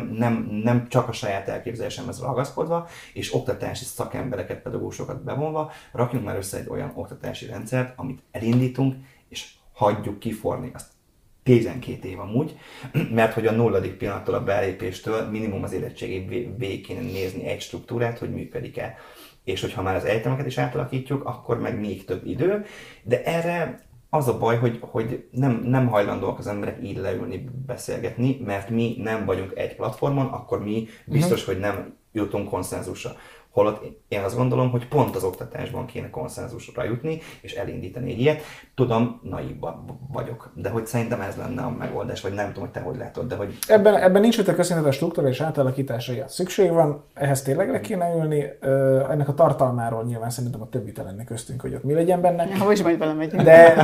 nem csak a saját elképzelésemhez ragaszkodva, és oktatási szakembereket, pedagógusokat bevonva, rakjunk már össze egy olyan oktatási rendszert, amit elindítunk, és hagyjuk kiforni azt 12 év amúgy, mert hogy a 0. pillanattól a belépéstől minimum az érettségig végig kéne nézni egy struktúrát, hogy működik-e. És hogyha már az egyetemeket is átalakítjuk, akkor meg még több idő, de erre az a baj, hogy nem hajlandóak az emberek így leülni, beszélgetni, mert mi nem vagyunk egy platformon, akkor mi biztos, hogy nem jutunk konszenzusra. Holott én azt gondolom, hogy pont az oktatásban kéne konszenzusra jutni, és elindítani egy ilyet. Tudom, naívban vagyok, de hogy szerintem ez lenne a megoldás, vagy nem tudom, hogy te hogy látod, de hogy... Ebben nincs a köszönet a struktúra és átalakításra szükség van, ehhez tényleg le kéne ülni. Ennek a tartalmáról nyilván szerintem a több vita lenne köztünk, hogy ott mi legyen benne. Ja, is majd belemegyünk.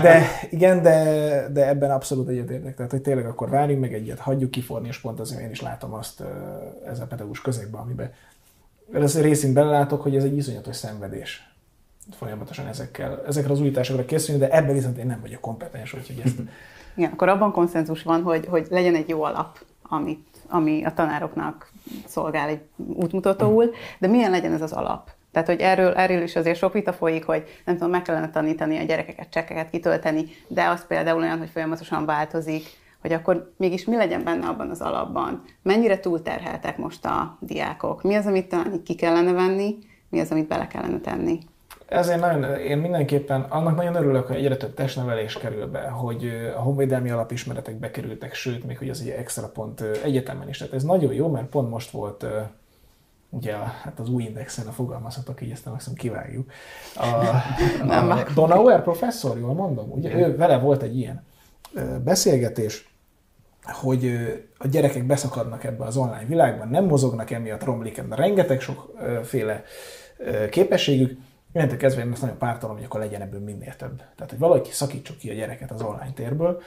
De ebben abszolút egyetértek. Tehát, hogy tényleg akkor várjunk meg egyet, hagyjuk kiforni, és pont azért én is látom azt ezzel a pedagógus közegben, amiben részint belelátok, hogy ez egy iszonyatos szenvedés folyamatosan ezekre az újításokra készülni, de ebben viszont én nem vagyok kompetens, úgyhogy ezt... Igen, akkor abban konszenzus van, hogy legyen egy jó alap, ami a tanároknak szolgál egy útmutatóul, de milyen legyen ez az alap? Tehát, hogy erről is azért sok vita folyik, hogy nem tudom, meg kellene tanítani a gyerekeket, csekkeket kitölteni, de az például olyan, hogy folyamatosan változik, hogy akkor mégis mi legyen benne abban az alapban. Mennyire túlterheltek most a diákok? Mi az, amit talán ki kellene venni, mi az, amit bele kellene tenni? Ezért én mindenképpen annak nagyon örülök, hogy egyre több testnevelés kerül be, hogy a honvédelmi alapismeretek bekerültek, sőt, még hogy az egy extra pont egyetemen is. Tehát ez nagyon jó, mert pont most volt ugye hát az új indexen, a fogalmazhatok így, ezt nem azt kivágjuk. A Donauer professzor, jól mondom? Ugye ő vele volt egy ilyen beszélgetés, hogy a gyerekek beszakadnak ebbe az online világban, nem mozognak emiatt, romlik, rengeteg sokféle képességük. Innentől kezdve én ezt nagyon pártolom, hogy akkor legyen ebből minél több. Tehát, hogy valahogy szakítsuk ki a gyereket az online térből.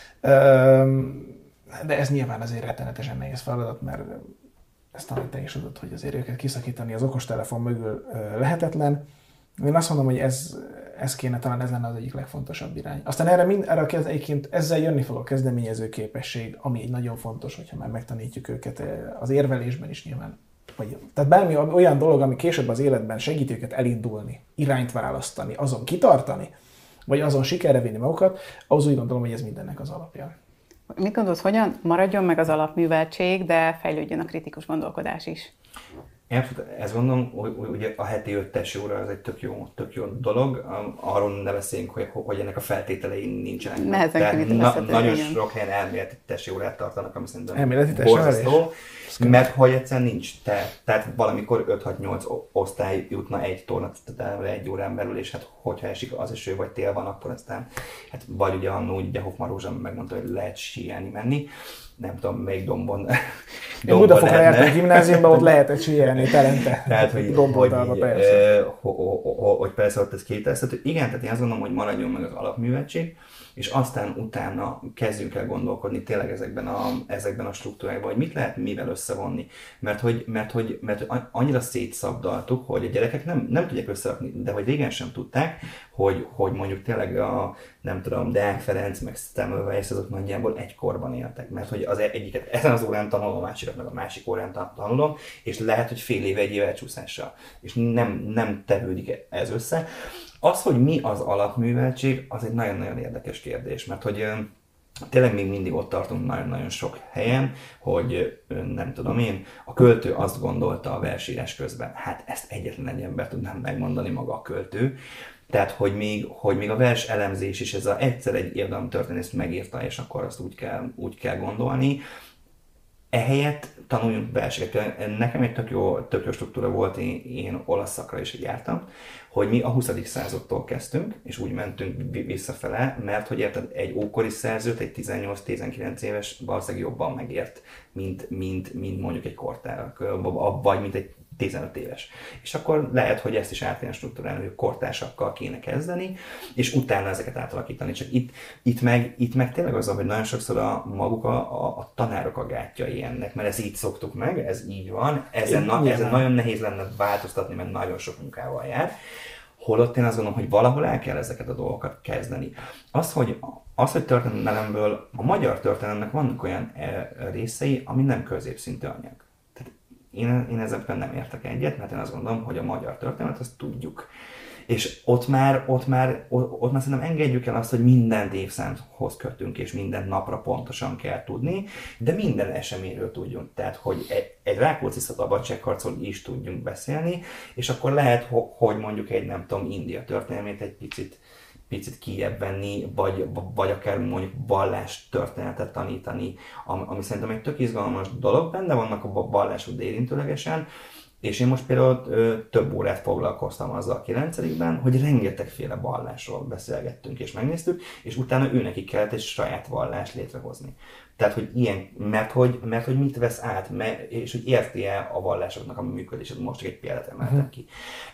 De ez nyilván azért rettenetesen nehéz feladat, mert ezt talán te is tudod, hogy azért őket kiszakítani az okostelefon mögül lehetetlen. Én azt mondom, hogy ez kéne, talán ez lenne az egyik legfontosabb irány. Aztán erre egyébként ezzel jönni fog a kezdeményező képesség, ami egy nagyon fontos, hogyha már megtanítjuk őket az érvelésben is nyilván. Tehát bármi olyan dolog, ami később az életben segít őket elindulni, irányt választani, azon kitartani, vagy azon sikerre vinni magukat, ahhoz úgy gondolom, hogy ez mindennek az alapja. Mit gondolsz, hogyan maradjon meg az alapműveltség, de fejlődjön a kritikus gondolkodás is? Én ezt gondolom, hogy ugye a heti 5 testjóra az egy tök jó dolog, arról ne beszéljünk, hogy ennek a feltételei nincsenek. Nehezen nagyon sok helyen elméleti testjórát tartanak, ami szerintem borzasztó, mert hogy egyszerűen nincs. Tehát valamikor 5-6-8 osztály jutna egy tornateremre egy órán belül, és hát hogyha esik az eső, vagy tél van, akkor aztán hát vagy ugye annó, ugye Hoffman Rózsa megmondta, hogy lehet síelni menni. Nem tudom, melyik dombon. Én Budafokra jártam a gimnáziumban, ott lehetett síelni telente. Tehát, hogy persze ott ez kételezhető. Igen, tehát én azt gondolom, hogy maradjon meg az alapműveltség, és aztán utána kezdjünk el gondolkodni tényleg ezekben a struktúrákban, hogy mit lehet mivel összevonni. Mert hogy annyira szétszabdaltuk, hogy a gyerekek nem tudják összerakni, de hogy régen sem tudták, hogy mondjuk tényleg nem tudom, Deák Ferenc, meg Semmelweis, azok nagyjából egy korban éltek, mert hogy az egyiket ezen az órán tanulom, a másikat meg a másik órán tanulom, és lehet, hogy fél éve, egy év elcsúszással, és nem tevődik ez össze. Az, hogy mi az alapműveltség, az egy nagyon-nagyon érdekes kérdés, mert hogy tényleg még mindig ott tartunk nagyon-nagyon sok helyen, hogy nem tudom én, a költő azt gondolta a versírás közben, hát ezt egyetlen egy ember tudnám megmondani, maga a költő. Tehát, hogy még a vers elemzés is, ez egyszer egy irodalomtörténész megírta, és akkor azt úgy kell gondolni. Ehelyett tanuljunk verseket. Nekem egy tök jó struktúra volt, én olasz szakra is jártam, hogy mi a 20. századtól kezdtünk, és úgy mentünk visszafele, mert hogy érted, egy ókori szerzőt, egy 18-19 éves valószínűleg jobban megért, mint mondjuk egy kortár, vagy mint egy 15 éves. És akkor lehet, hogy ezt is át kéne struktúrálni, hogy kortársakkal kéne kezdeni, és utána ezeket átalakítani. Csak itt meg tényleg az, hogy nagyon sokszor a tanárok a gátjai ennek, mert ezt így szoktuk meg, ez így van, ezen nagyon nehéz lenne változtatni, mert nagyon sok munkával jár. Holott én azt gondolom, hogy valahol el kell ezeket a dolgokat kezdeni. Az, hogy történelemből, a magyar történelemnek vannak olyan részei, ami nem középszintű anyag. Én ezekben nem értek egyet, mert én azt gondolom, hogy a magyar történetet azt tudjuk. És ott már szerintem engedjük el azt, hogy mindent évszámhoz kötünk, és minden napra pontosan kell tudni, de minden eseményről tudjunk. Tehát, hogy egy Rákóczi szabadságharcról is tudjunk beszélni, és akkor lehet, hogy mondjuk egy, nem tudom, India történelmét egy picit kijebb venni, vagy akár mondjuk vallástörténetet tanítani, ami szerintem egy tök izgalmas dolog, benne vannak a vallások érintőlegesen, és én most például több órát foglalkoztam azzal a 9-ben, hogy rengetegféle vallásról beszélgettünk és megnéztük, és utána őnekik kellett egy saját vallást létrehozni. Tehát, hogy ilyen, mert hogy mit vesz át, és hogy érti el a vallásoknak a működését. Most csak egy példát emeltem ki.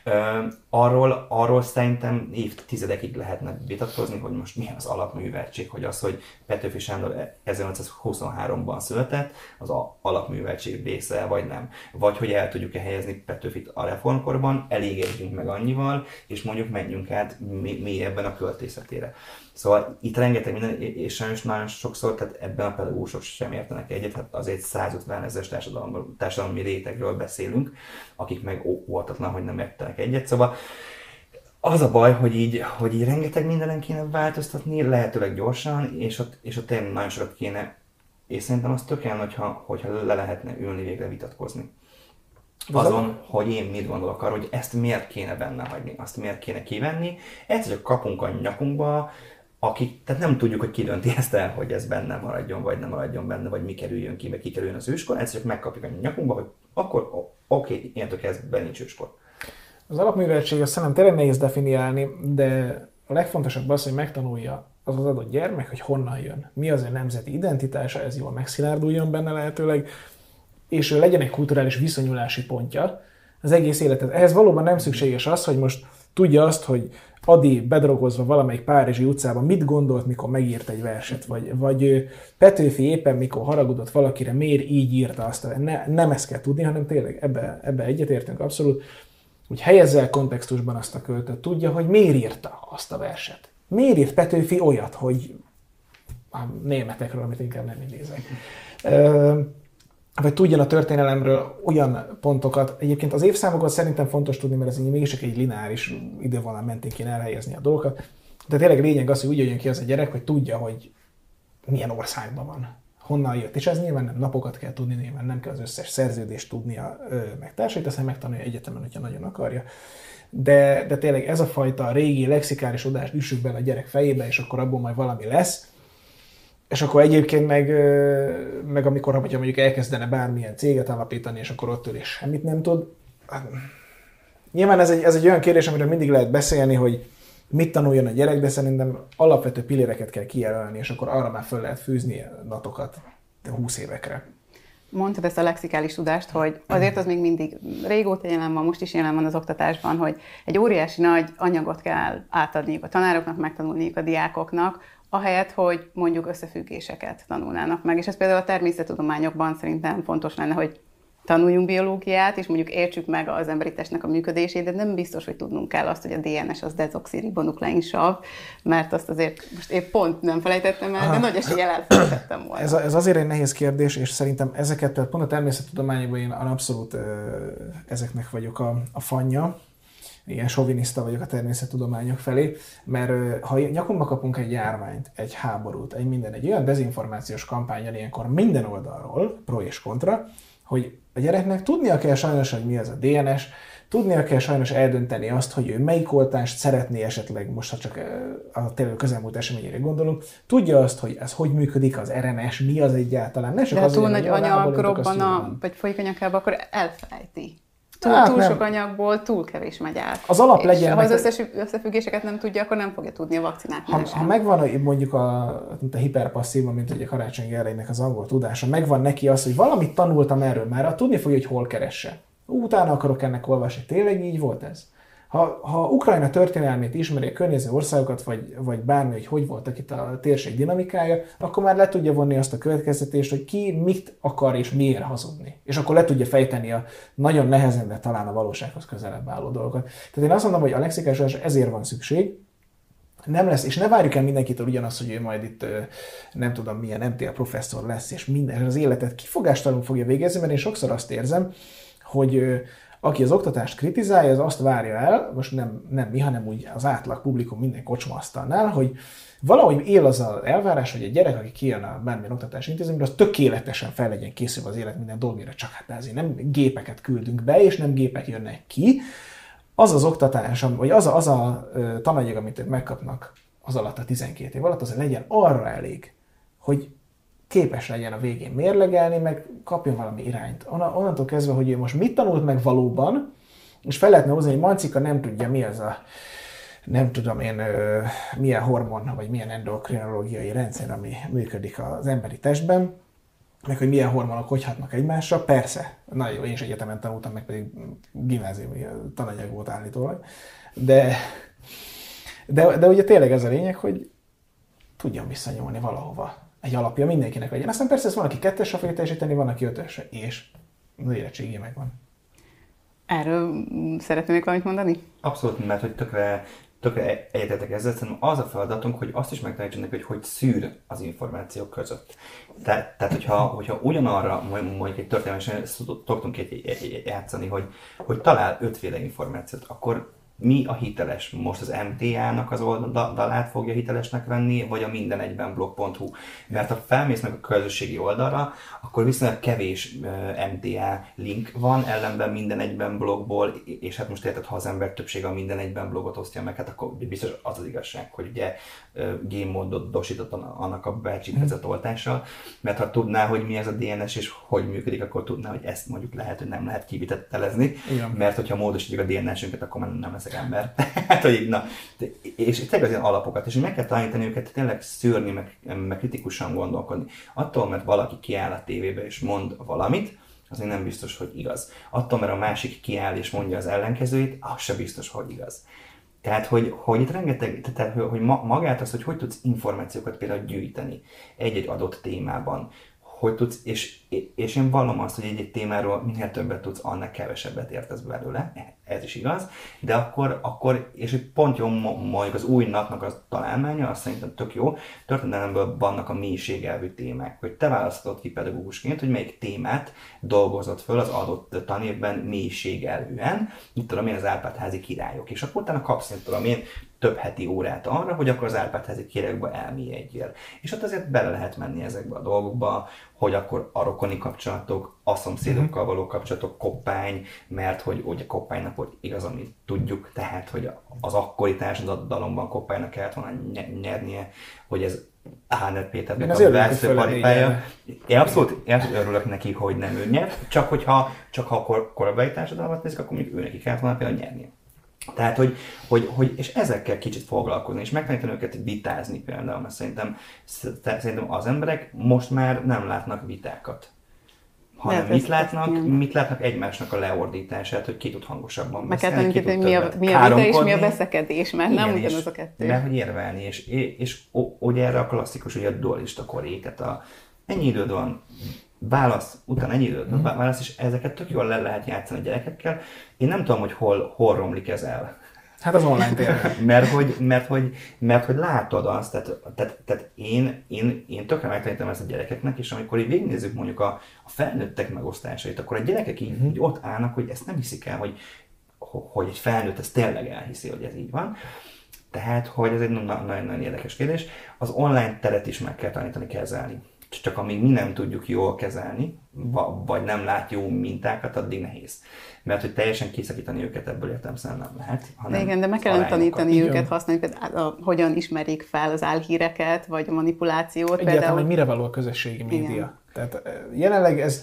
Arról szerintem évtizedekig lehetne vitatkozni, hogy most mi az alapműveltség, hogy az, hogy Petőfi Sándor 1823-ban született, az alapműveltség része, vagy nem. Vagy hogy el tudjuk-e helyezni Petőfit a reformkorban, elégedjünk meg annyival, és mondjuk menjünk át mélyebben a költészetére. Szóval itt rengeteg minden, és sajnos nagyon sokszor, tehát ebben a pedagógusok sem értenek egyet, hát azért 150 000 társadalmi rétegről beszélünk, akik meg óvatatlan, hogy nem értenek egyet. Szóval az a baj, hogy így rengeteg mindenen kéne változtatni, lehetőleg gyorsan, és ott tényleg nagyon sokat kéne, és szerintem az tökéletes, hogyha le lehetne ülni végre vitatkozni. Azon, hogy én mit gondolok arról, hogy ezt miért kéne benne hagyni, azt miért kéne kivenni, egyszerűen kapunk a nyakunkba, tehát nem tudjuk, hogy ki dönti ezt el, hogy ez benne maradjon, vagy nem maradjon benne, vagy mi kerüljön ki, meg ki kerüljön az őskor, egyszerűen megkapjuk a nyakunkba, hogy akkor oké, ilyentől kezdve nincs őskor. Az alapműveltség azt szerintem tényleg nehéz definiálni, de a legfontosabb az, hogy megtanulja az adott gyermek, hogy honnan jön, mi az ő nemzeti identitása, ez jól megszilárduljon benne lehetőleg, és legyen egy kulturális viszonyulási pontja az egész életet. Ehhez valóban nem szükséges az, hogy most tudja azt, hogy Adi bedrogozva valamelyik párizsi utcában mit gondolt, mikor megírt egy verset, vagy Petőfi éppen mikor haragudott valakire, miért így írta azt. Nem ezt kell tudni, hanem tényleg ebbe egyetértünk abszolút, hogy helyezze el kontextusban azt a költőt, tudja, hogy miért írta azt a verset. Miért írt Petőfi olyat, hogy a németekről, amit inkább nem idézek. Vagy tudjon a történelemről olyan pontokat. Egyébként az évszámokat szerintem fontos tudni, mert ez mégis egy lineáris idővonal mentén kéne elhelyezni a dolgokat. De tényleg lényeg az, hogy úgy jöjjön ki az a gyerek, hogy tudja, hogy milyen országban van, honnan jött. És ez nyilván nem napokat kell tudni, nyilván nem kell az összes szerződést tudnia, meg társait, aztán megtanulja egyetemen, hogyha nagyon akarja. De tényleg ez a fajta régi lexikális tudást üssük bele a gyerek fejébe, és akkor abból majd valami lesz. És akkor egyébként meg amikor hogyha mondjuk elkezdene bármilyen céget alapítani, és akkor ott ül és semmit nem tud. Nyilván ez egy olyan kérdés, amiről mindig lehet beszélni, hogy mit tanuljon a gyerek, de szerintem alapvető pilléreket kell kijelölni, és akkor arra már föl lehet fűzni natokat 20 évekre. Mondtad ezt a lexikális tudást, hogy azért az még mindig régóta jelen van, most is jelen van az oktatásban, hogy egy óriási nagy anyagot kell átadniuk a tanároknak, megtanulniuk a diákoknak, ahelyett, hogy mondjuk összefüggéseket tanulnának meg. És ez például a természettudományokban szerintem fontos lenne, hogy tanuljunk biológiát, és mondjuk értsük meg az emberi testnek a működését, de nem biztos, hogy tudnunk kell azt, hogy a DNS az dezoxiribonukleinsav, mert azt azért most épp pont nem felejtettem el, de nagy eséllyel elfelejtettem volna. Ez azért egy nehéz kérdés, és szerintem ezeket, tehát pont a természettudományokban én abszolút ezeknek vagyok a fanja. Igen, soviniszta vagyok a természettudományok felé, mert ha nyakunkba kapunk egy járványt, egy háborút, egy olyan dezinformációs kampányon ilyenkor minden oldalról, pro és kontra, hogy a gyereknek tudnia kell sajnos, hogy mi az a DNS, tudnia kell sajnos eldönteni azt, hogy ő melyik oltást szeretné esetleg, most ha csak a tényleg közelmúlt eseményére gondolunk, tudja azt, hogy ez hogy működik, az RNS, mi az egyáltalán. Ne de ha túl nagy anyag robban, vagy folyik a nyakába, akkor elfelejti. Túl sok anyagból túl kevés megy át. Az alap legyen. Ha az összefüggéseket nem tudja, akkor nem fogja tudni a vakcinát. Ha megvan mondjuk a hiperpasszív, mint ugye Karácsony Gergelynek az angol tudása, megvan neki az, hogy valamit tanultam erről már, tudni fogja, hogy hol keresse. Utána akarok ennek olvasni. Tényleg így volt ez? Ha Ukrajna történelmét ismeri a környező országokat, vagy bármi, hogy voltak itt a térség dinamikája, akkor már le tudja vonni azt a következtetést, hogy ki mit akar és miért hazudni. És akkor le tudja fejteni a nagyon nehezen, de talán a valósághoz közelebb álló dolgokat. Tehát én azt mondom, hogy a lexikás ezért van szükség, nem lesz, és ne várjuk el mindenkitől ugyanazt, hogy ő majd itt nem tudom milyen MTA professzor lesz, és minden az életet kifogástalanul fogja végezni, mert én sokszor azt érzem, hogy aki az oktatást kritizálja, az azt várja el, most nem mi, hanem úgy az átlag publikum minden kocsmaasztalnál, hogy valahogy él az az elvárás, hogy egy gyerek, aki kijön a bármilyen oktatási intézményre, az tökéletesen fel legyen készülve az élet minden dolgára, csak hát azért nem gépeket küldünk be, és nem gépek jönnek ki. Az az oktatás, vagy az a tananyag, amit ők megkapnak az alatt a 12 év alatt, az legyen arra elég, hogy képes legyen a végén mérlegelni, meg kapjon valami irányt. Onnantól kezdve, hogy ő most mit tanult meg valóban, és fel lehetne hozni, hogy Mancika nem tudja, mi az a, nem tudom én, milyen hormon, vagy milyen endokrinológiai rendszer, ami működik az emberi testben, meg hogy milyen hormonok hogy hatnak egymásra. Persze, nagyon jó, én is egyetemen tanultam, meg pedig gimnáziumi tananyag volt állítólag. De ugye tényleg ez a lényeg, hogy tudjon visszanyúlni valahova. Egy alapja mindenkinek legyen. Aztán persze ezt van, aki 2-esre fogja teljesíteni, van, aki 5-ösre, és az érettségi megvan. Erről szeretném még valamit mondani? Abszolút, mert hogy tökre egyetetek ezzel, szerintem az a feladatunk, hogy azt is megtanítsanak, hogy szűr az információk között. Tehát hogyha ugyanarra, mondjuk egy történelmesen szoktunk játszani, hogy talál 5 féle információt, akkor mi a hiteles? Most az MTA-nak az oldalát fogja hitelesnek venni, vagy a mindenegybenblog.hu? Mert ha felmész meg a közösségi oldalra, akkor viszonylag kevés MTA link van, ellenben minden egyben blogból, és hát most érted, ha az ember többsége a minden egyben blogot osztja meg, hát akkor biztos az az igazság, hogy ugye génmódot dosított annak a belcsípezett oltással, mert ha tudná, hogy mi ez a DNS és hogy működik, akkor tudná, hogy ezt mondjuk lehet, hogy nem lehet kivitelezni, mert hogyha módosítjuk a DNS-ünket, akkor már nem leszek ember. Hát, hogy na, és tényleg az ilyen alapokat, és meg kell tanítani őket tényleg szűrni, meg kritikusan gondolkodni. Attól, mert valaki kiáll a tévébe és mond valamit, az még nem biztos, hogy igaz. Attól, mert a másik kiáll és mondja az ellenkezőjét, az sem biztos, hogy igaz. Tehát, hogy itt rengeteg, tehát, hogy magát az, hogy tudsz információkat például gyűjteni egy-egy adott témában, hogy tudsz, és én vallom azt, hogy egy témáról minél többet tudsz, annál kevesebbet értesz belőle, ez is igaz, de akkor és pont jó mondjuk az új napnak a találmánya, azt szerintem tök jó, történelemből vannak a mélységelvű témák, hogy te választod ki pedagógusként, hogy melyik témát dolgozott föl az adott tanévben mélységelvűen, itt tudom én az Árpád-házi királyok, és akkor utána kapsz, tudom én, több heti órát arra, hogy akkor az Árpád-házi királyokba elmélyedjél. És ott azért bele lehet menni ezekbe a dolgokba, hogy akkor a rokoni kapcsolatok, a szomszédokkal való kapcsolatok, Koppány, mert hogy ugye Koppánynak volt igaz, amit tudjuk, tehát hogy az akkori társadalomban Koppánynak kellett volna nyernie, hogy ez Áner Péternek a verső paripája. Én abszolút örülök neki, hogy nem ő nyert, csak ha a korabeli társadalmat nézik, akkor még ő neki kellett volna például nyernie. Tehát, hogy és ezekkel kicsit foglalkozni, és megtanítani őket vitázni például, mert szerintem az emberek most már nem látnak vitákat. hanem mit látnak egymásnak a leordítását, hogy ki tud hangosabban beszélni. Meg kell tanulni, hogy mi a vita és mi a veszekedés, mert igen, nem ugyanaz a kettő. Mert hogy érvelni, és ugye erre a klasszikus, ugye a dualista koré, tehát ennyi időd van, válasz, utána ennyi időd van, válasz, és ezeket tök jól le lehet játszani a gyerekekkel. Én nem tudom, hogy hol romlik ez el. Hát az online tényleg. mert hogy látod azt, tehát én tökre megtanítom ezt a gyerekeknek, és amikor így végignézzük mondjuk a felnőttek megosztásait, akkor a gyerekek így ott állnak, hogy ezt nem hiszik el, hogy egy felnőtt ezt tényleg elhiszi, hogy ez így van. Tehát, hogy ez egy nagyon-nagyon érdekes kérdés. Az online teret is meg kell tanítani kezelni. Csak amíg mi nem tudjuk jól kezelni, vagy nem lát jó mintákat, addig nehéz. Mert hogy teljesen kiszakítani őket ebből értelemszerűen nem lehet. De igen, de meg kellene tanítani őket használni, például hogyan ismerik fel az álhíreket, vagy a manipulációt. Egyáltalán, például, hogy mire való a közösségi média. Igen. Tehát jelenleg ez,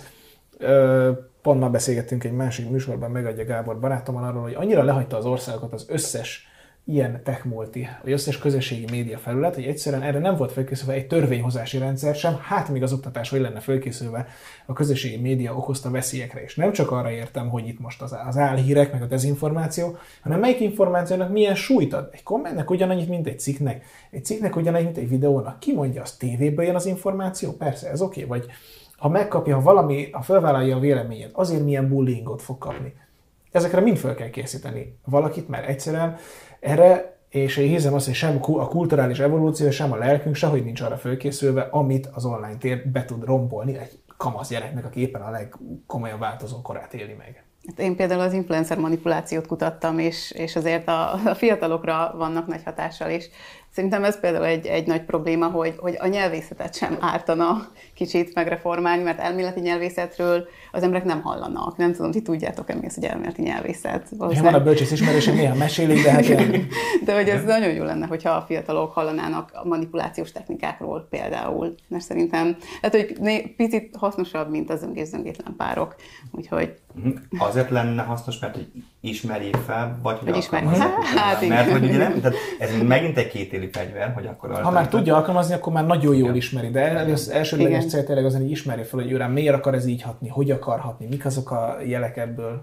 pont ma beszélgettünk egy másik műsorban, Megadja Gábor barátommal arról, hogy annyira lehagyta az országokat az összes ilyen tech-multi, vagy összes közösségi média felület, hogy egyszerűen erre nem volt felkészülve egy törvényhozási rendszer sem, hát még az oktatás hogy lenne felkészülve a közösségi média okozta veszélyekre. És nem csak arra értem, hogy itt most az álhírek, meg a dezinformáció, hanem melyik információnak milyen súlyt ad. Egy kommentnek ugyanannyit, mint egy cikknek. Egy cikknek ugyanannyit, mint egy videónak. Ki mondja, az tévéből jön az információ? Persze, ez oké. Vagy ha megkapja, ha valami, ha felvállalja a véleményét, azért milyen bullyingot fog kapni. Ezekre mind fel kell készíteni valakit, mert egyszerűen erre, és én hiszem azt, hogy sem a kulturális evolúció, sem a lelkünk sehogy nincs arra fölkészülve, amit az online tér be tud rombolni egy kamasz gyereknek, aki éppen a legkomolyabb változó korát éli meg. Én például az influencer manipulációt kutattam, és azért a fiatalokra vannak nagy hatással is. Szerintem ez például egy nagy probléma, hogy a nyelvészetet sem ártana kicsit megreformálni, mert elméleti nyelvészetről az emberek nem hallanak. Nem tudom, ti tudjátok-e mi az, hogy elméleti nyelvészet? Van a bölcsész ismerésem, néha mesélik, de hát de hogy ez nagyon jó lenne, hogyha a fiatalok hallanának a manipulációs technikákról például. Mert szerintem, hogy picit hasznosabb, mint az zöngétlen párok. Úgyhogy... Azért lenne hasznos, mert hogy ismerjék fel, vagy hogy alkalmazzák. Hát, mert hogy ugye nem, tehát ez megint egy kétéli fegyver, hogy akkor... Ha már tudja alkalmazni, akkor már nagyon jól ismeri, de az elsődleges cél tényleg az, hogy ismerje fel, hogy őrám miért akar ez így hatni, hogy akar hatni, mik azok a jelek ebből.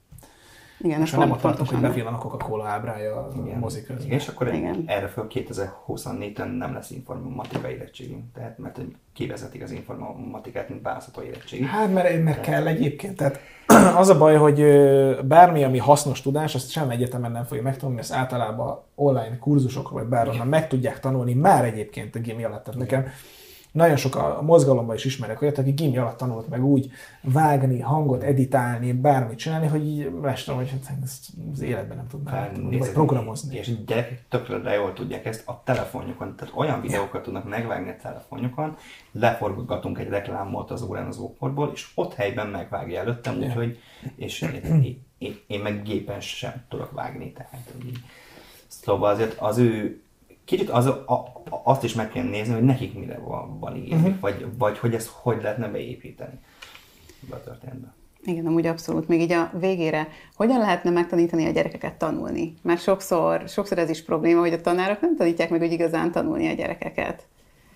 Igen, és nem ott tartunk, hogy befillan a Coca-Cola ábrája a mozi közben. És akkor erre föl 2024-ben nem lesz informatika érettségünk, tehát mert kivezetik az informatikát, mint választható érettségi. Hát mert kell egyébként, tehát az a baj, hogy bármi, ami hasznos tudás, azt sem egyetemen nem fogja megtanulni, ezt általában online kurzusokról, vagy bárhonnan meg tudják tanulni, már egyébként a gimi alatt. Tehát nekem nagyon sok a mozgalomban is ismerek olyat, aki gimi alatt tanult meg úgy vágni, hangot editálni, bármit csinálni, hogy így lestem, hogy ezt az életben nem tudnám vagy programozni. És gyerekek tökre jól tudják ezt a telefonjukon, tehát olyan videókat tudnak megvágni a telefonjukon, leforgatunk egy reklámot az órán az ókorból, és ott helyben megvágja előttem, úgyhogy én meg gépen sem tudok vágni. Tehát, szóval azért az ő kicsit azt is meg kell nézni, hogy nekik mire van igényük, vagy hogy ezt hogy lehetne beépíteni a történetbe. Igen, amúgy abszolút. Még így a végére, hogyan lehetne megtanítani a gyerekeket tanulni? Mert sokszor ez is probléma, hogy a tanárok nem tanítják meg, hogy igazán tanulni a gyerekeket.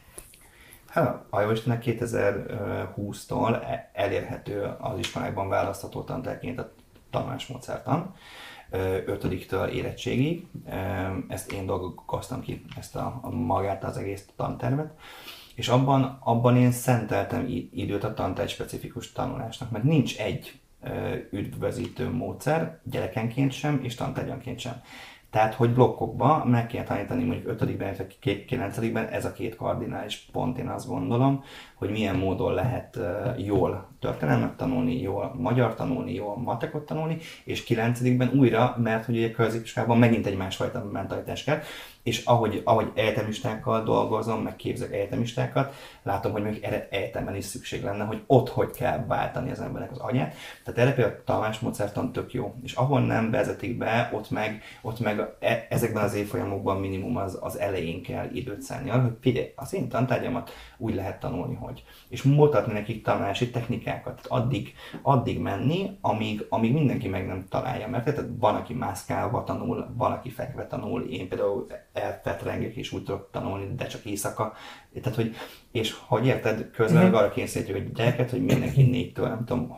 Hát, a Jóistennek 2020-tól elérhető az iskolákban választható tantárgyként a tanulásmódszertan. 5-től érettségig. Ezt én dolgoztam ki, ezt magát az egész tantervet. És abban én szenteltem időt a tantárgy specifikus tanulásnak, mert nincs egy üdvözítő módszer gyerekenként sem és tantárgyanként sem. Tehát, hogy blokkokba meg kell tanítani mondjuk 5-ben, vagy 9-ben, ez a két kardinális pont, én azt gondolom, hogy milyen módon lehet jól történelmet tanulni, jól magyar tanulni, jól matekot tanulni, és 9-ben újra, mert hogy ugye középiskolában megint egy másfajta mentalitás kell, és ahogy egyetemistákkal dolgozom, meg képzek egyetemistákat, látom, hogy még erre egyetemen is szükség lenne, hogy ott hogy kell váltani az embernek az agyát. Tehát erre például a tanulásmódszertan tök jó. És ahol nem vezetik be, ott meg ezekben az évfolyamokban minimum az elején kell időt szállni arra, hogy figyelj, az én tantárgyamat úgy lehet tanulni, hogy. És mutatni nekik tanulási technikákat. Addig menni, amíg mindenki meg nem találja. Mert tehát van, aki mászkálva tanul, van, aki fekve tanul. Én például elfetrengek és úgy tudok tanulni, de csak éjszaka. Tehát, és hogy érted, közben arra kényszerítjük a gyereket, hogy mindenki 4-től, nem tudom,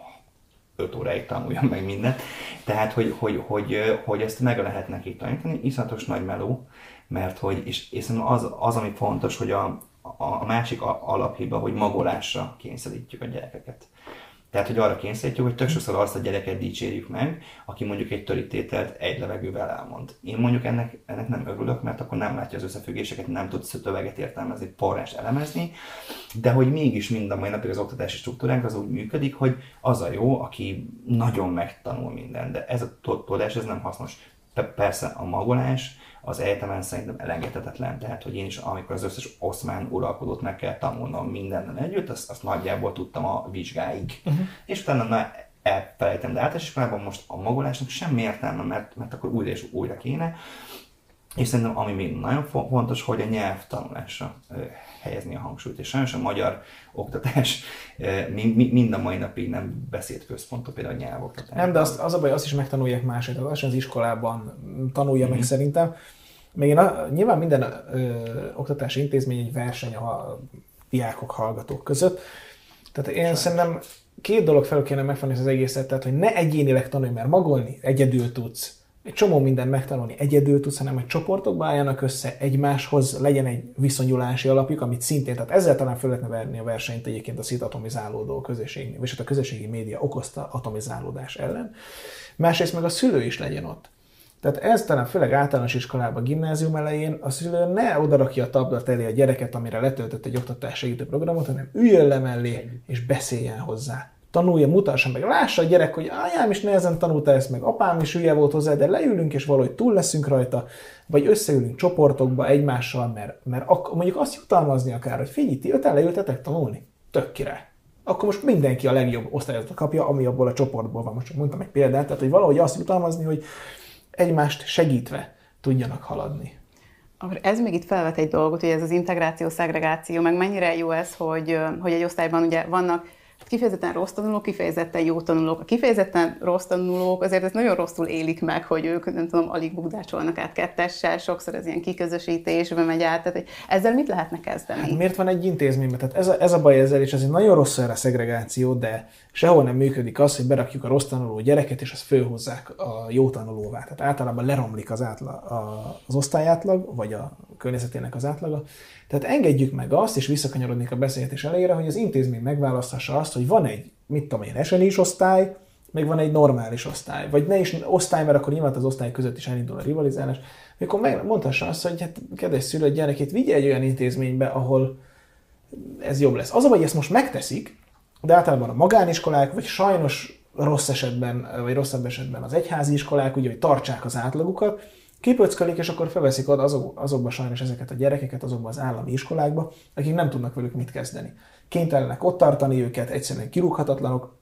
5 óráig tanuljon meg mindent. Tehát, hogy ezt meg lehet nekik tanítani, iszonyatos nagy meló, mert és az, ami fontos, hogy a másik alaphiba, hogy magolásra kényszerítjük a gyerekeket. Tehát, hogy arra kényszerítjük, hogy tök sokszor azt a gyereket dicsérjük meg, aki mondjuk egy törítételt egy levegővel elmond. Én mondjuk ennek nem örülök, mert akkor nem látja az összefüggéseket, nem tud szöveget értelmezni, forrást elemezni, de hogy mégis mind a mai napig az oktatási struktúránk az úgy működik, hogy az a jó, aki nagyon megtanul mindent, de ez a tudás ez nem hasznos. Persze a magolás az egyetemen szerintem elengedhetetlen, tehát hogy én is, amikor az összes oszmán uralkodót meg kell tanulnom mindennel együtt, azt nagyjából tudtam a vizsgáig. És utána elfelejtem, de általános iskolában most a magolásnak semmi értelme, mert akkor újra és újra kéne. És szerintem ami még nagyon fontos, hogy a nyelvtanulásra helyezni a hangsúlyt. És sajnos a magyar oktatás mind a mai napig nem beszédközpontú, például a nyelvoktatás. Nem, de az a baj, azt is megtanulják máshogy, az az iskolában tanulja meg szerintem. Még nyilván minden oktatási intézmény egy verseny a diákok, hallgatók között. Tehát én szerintem 2 dolog felül kéne megfogni az egészet, tehát hogy ne egyénileg tanulj, mert magolni egyedül tudsz. Egy csomó mindent megtanulni egyedül tudsz, hanem hogy csoportokba álljanak össze, egymáshoz legyen egy viszonyulási alapjuk, amit szintén, tehát ezzel talán fel lehetne verni a versenyt egyébként a szétatomizálódó közösségi, és a közösségi média okozta atomizálódás ellen. Másrészt meg a szülő is legyen ott. Tehát ez talán főleg általános iskolában, gimnázium elején a szülő ne odarakja a tablet elé a gyereket, amire letöltött egy oktatássegítő programot, hanem üljön le mellé és beszéljen hozzá. Tanulja, mutassa meg, lássa a gyerek, hogy anyám is nehezen tanulta ezt meg, apám is hülye volt hozzá, de leülünk és valahogy túl leszünk rajta, vagy összeülünk csoportokba egymással, mert mondjuk azt jutalmazni akár, hogy figyelj, ti 5-en leültetek tanulni? Tök király. Akkor most mindenki a legjobb osztályzatot kapja, ami abból a csoportból van. Most csak mondtam egy példát, tehát hogy valahogy azt jutalmazni, hogy egymást segítve tudjanak haladni. Akkor ez még itt felvet egy dolgot, hogy ez az integráció, szegregáció, meg mennyire jó ez, hogy egy osztályban ugye vannak kifejezetten rossz tanulók, kifejezetten jó tanulók. A kifejezetten rossz tanulók azért ezt nagyon rosszul élik meg, hogy ők, nem tudom, alig bukdácsolnak át 2-essel, sokszor ez ilyen kiközösítésbe megy át. Tehát, ezzel mit lehetne kezdeni? Hát miért van egy intézményben? Tehát ez a baj ezzel, és ez egy nagyon rossz erre a szegregáció, de sehol nem működik az, hogy berakjuk a rossz tanuló gyereket, és azt fölhozzák a jó tanulóvá. Tehát általában leromlik az osztályátlag, vagy a környezetének az átlaga. Tehát engedjük meg azt, és visszakanyarodnék a beszélgetés elejére, hogy az intézmény megválaszthassa azt, hogy van egy, mit tudom én, esenis osztály, meg van egy normális osztály. Vagy ne is osztály, mert akkor nyilván az osztály között is elindul a rivalizálás. Akkor megmondhassa azt, hogy hát kedves szülő, gyerekét vigye egy olyan intézménybe, ahol ez jobb lesz. Az a baj, hogy ezt most megteszik, de általában a magániskolák, vagy sajnos rossz esetben, vagy rosszabb esetben az egyházi iskolák, ugye, hogy tartsák az átlagukat, kipöckölik, és akkor felveszik oda azokba sajnos ezeket a gyerekeket, azokba az állami iskolákba, akik nem tudnak velük mit kezdeni. Kénytelenek ott tartani őket, egyszerűen kirúghatatlanok,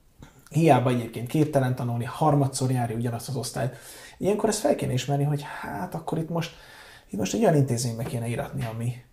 hiába egyébként képtelen tanulni, harmadszor járja ugyanazt az osztályt. Ilyenkor ezt fel kéne ismerni, hogy hát akkor itt most egy olyan intézménybe kéne iratni,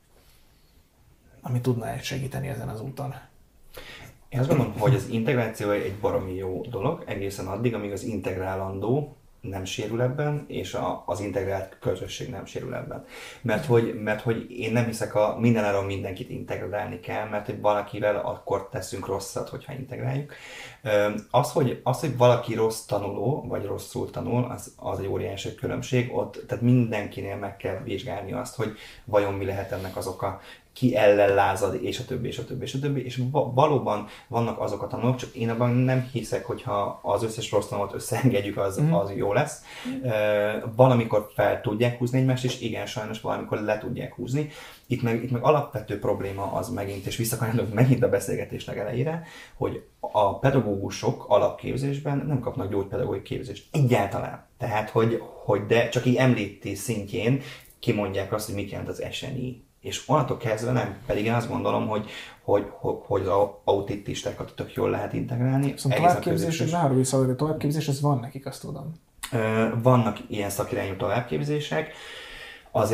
ami tudna segíteni ezen az úton. Én azt gondolom, hogy az integráció egy baromi jó dolog, egészen addig, amíg az integrálandó nem sérül ebben, és az integrált közösség nem sérül ebben. Mert hogy én nem hiszek mindenáron mindenkit integrálni kell, mert hogy valakivel akkor teszünk rosszat, hogyha integráljuk. Az, hogy valaki rossz tanuló, vagy rosszul tanul, az egy óriási különbség. Tehát mindenkinél meg kell vizsgálni azt, hogy vajon mi lehet ennek az oka, ki ellen lázad, és a többi, és a többi, és a többi. És valóban vannak azok a tanulók, csak én abban nem hiszek, hogyha az összes rossz tanulót összeengedjük, az jó lesz. Valamikor fel tudják húzni egymást, és igen, sajnos valamikor le tudják húzni. Itt meg alapvető probléma az megint, és visszakanyarodunk megint a beszélgetés legelejére, hogy a pedagógusok alapképzésben nem kapnak gyógypedagógiai képzést. Egyáltalán. Tehát, hogy de csak így említés szintjén kimondják azt, hogy mit jelent az SNI. És onnantól kezdve nem, pedig én azt gondolom, hogy az autistákat tök jól lehet integrálni. Szóval továbbképzés, ez van nekik, azt tudom. Vannak ilyen szakirányú továbbképzések. Azért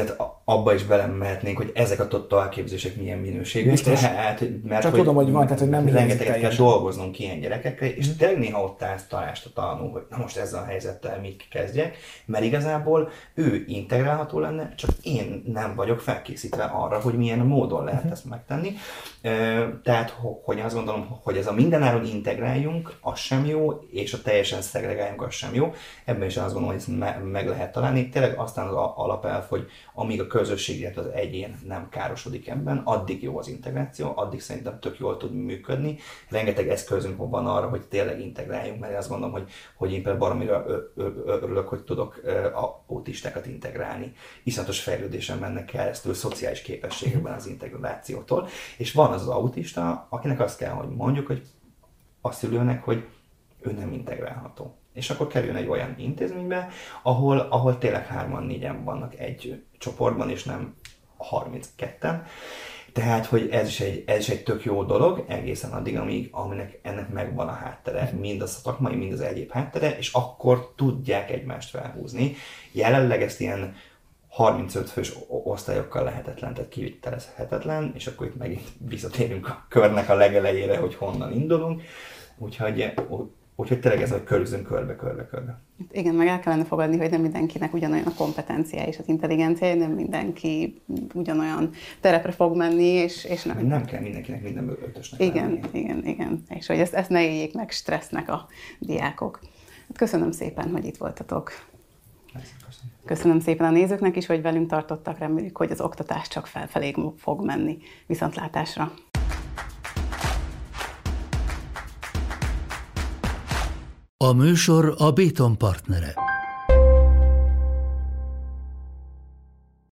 abba is belemehetnénk, hogy ezek a totalképzések milyen minőségűek. Mert csak tudom, hogy van, tehát hogy nem rengeteget kell dolgoznunk ilyen gyerekekre, és tényleg néha ott állsz talást a tanul, hogy na most ezzel a helyzettel mit kezdjek, mert igazából ő integrálható lenne, csak én nem vagyok felkészítve arra, hogy milyen módon lehet ezt megtenni. Tehát, hogy azt gondolom, hogy ez a mindenáron integráljunk, az sem jó, és a teljesen szegregáljunk, az sem jó. Ebben is azt gondolom, hogy ezt meg lehet találni. Tényleg aztán az alapelv, hogy amíg a közösség, illetve az egyén nem károsodik ebben, addig jó az integráció, addig szerintem tök jól tud működni. Rengeteg eszközünk van arra, hogy tényleg integráljunk, mert azt gondolom, hogy én például baromira örülök, hogy tudok autistákat integrálni. Iszonyatos fejlődésen mennek keresztül szociális képességekben az integrációtól, és van az autista, akinek azt kell, hogy mondjuk, hogy a szülőnek, hogy ő nem integrálható. És akkor kerüljön egy olyan intézménybe, ahol tényleg 3-4-en vannak egy csoportban, és nem 32-en. Tehát, hogy ez is egy tök jó dolog, egészen addig, aminek ennek megvan a háttere, mind a szakmai, mind az egyéb háttere, és akkor tudják egymást felhúzni. Jelenleg ezt ilyen 35 fős osztályokkal lehetetlen, tehát kivitelezhetetlen, és akkor itt megint visszatérünk a körnek a legelejére, hogy honnan indulunk. Úgyhogy tényleg ez, hogy körülzünk körbe. Igen, meg el kellene fogadni, hogy nem mindenkinek ugyanolyan a kompetenciája és az intelligenciája, nem mindenki ugyanolyan terepre fog menni, és nem. Nem kell mindenkinek minden ötösnek lenni. Igen. És hogy ezt ne éljék meg stressznek a diákok. Köszönöm szépen, hogy itt voltatok. Köszönöm szépen a nézőknek is, hogy velünk tartottak, reméljük, hogy az oktatás csak felfelé fog menni. Viszontlátásra! A műsor a Béton partnere.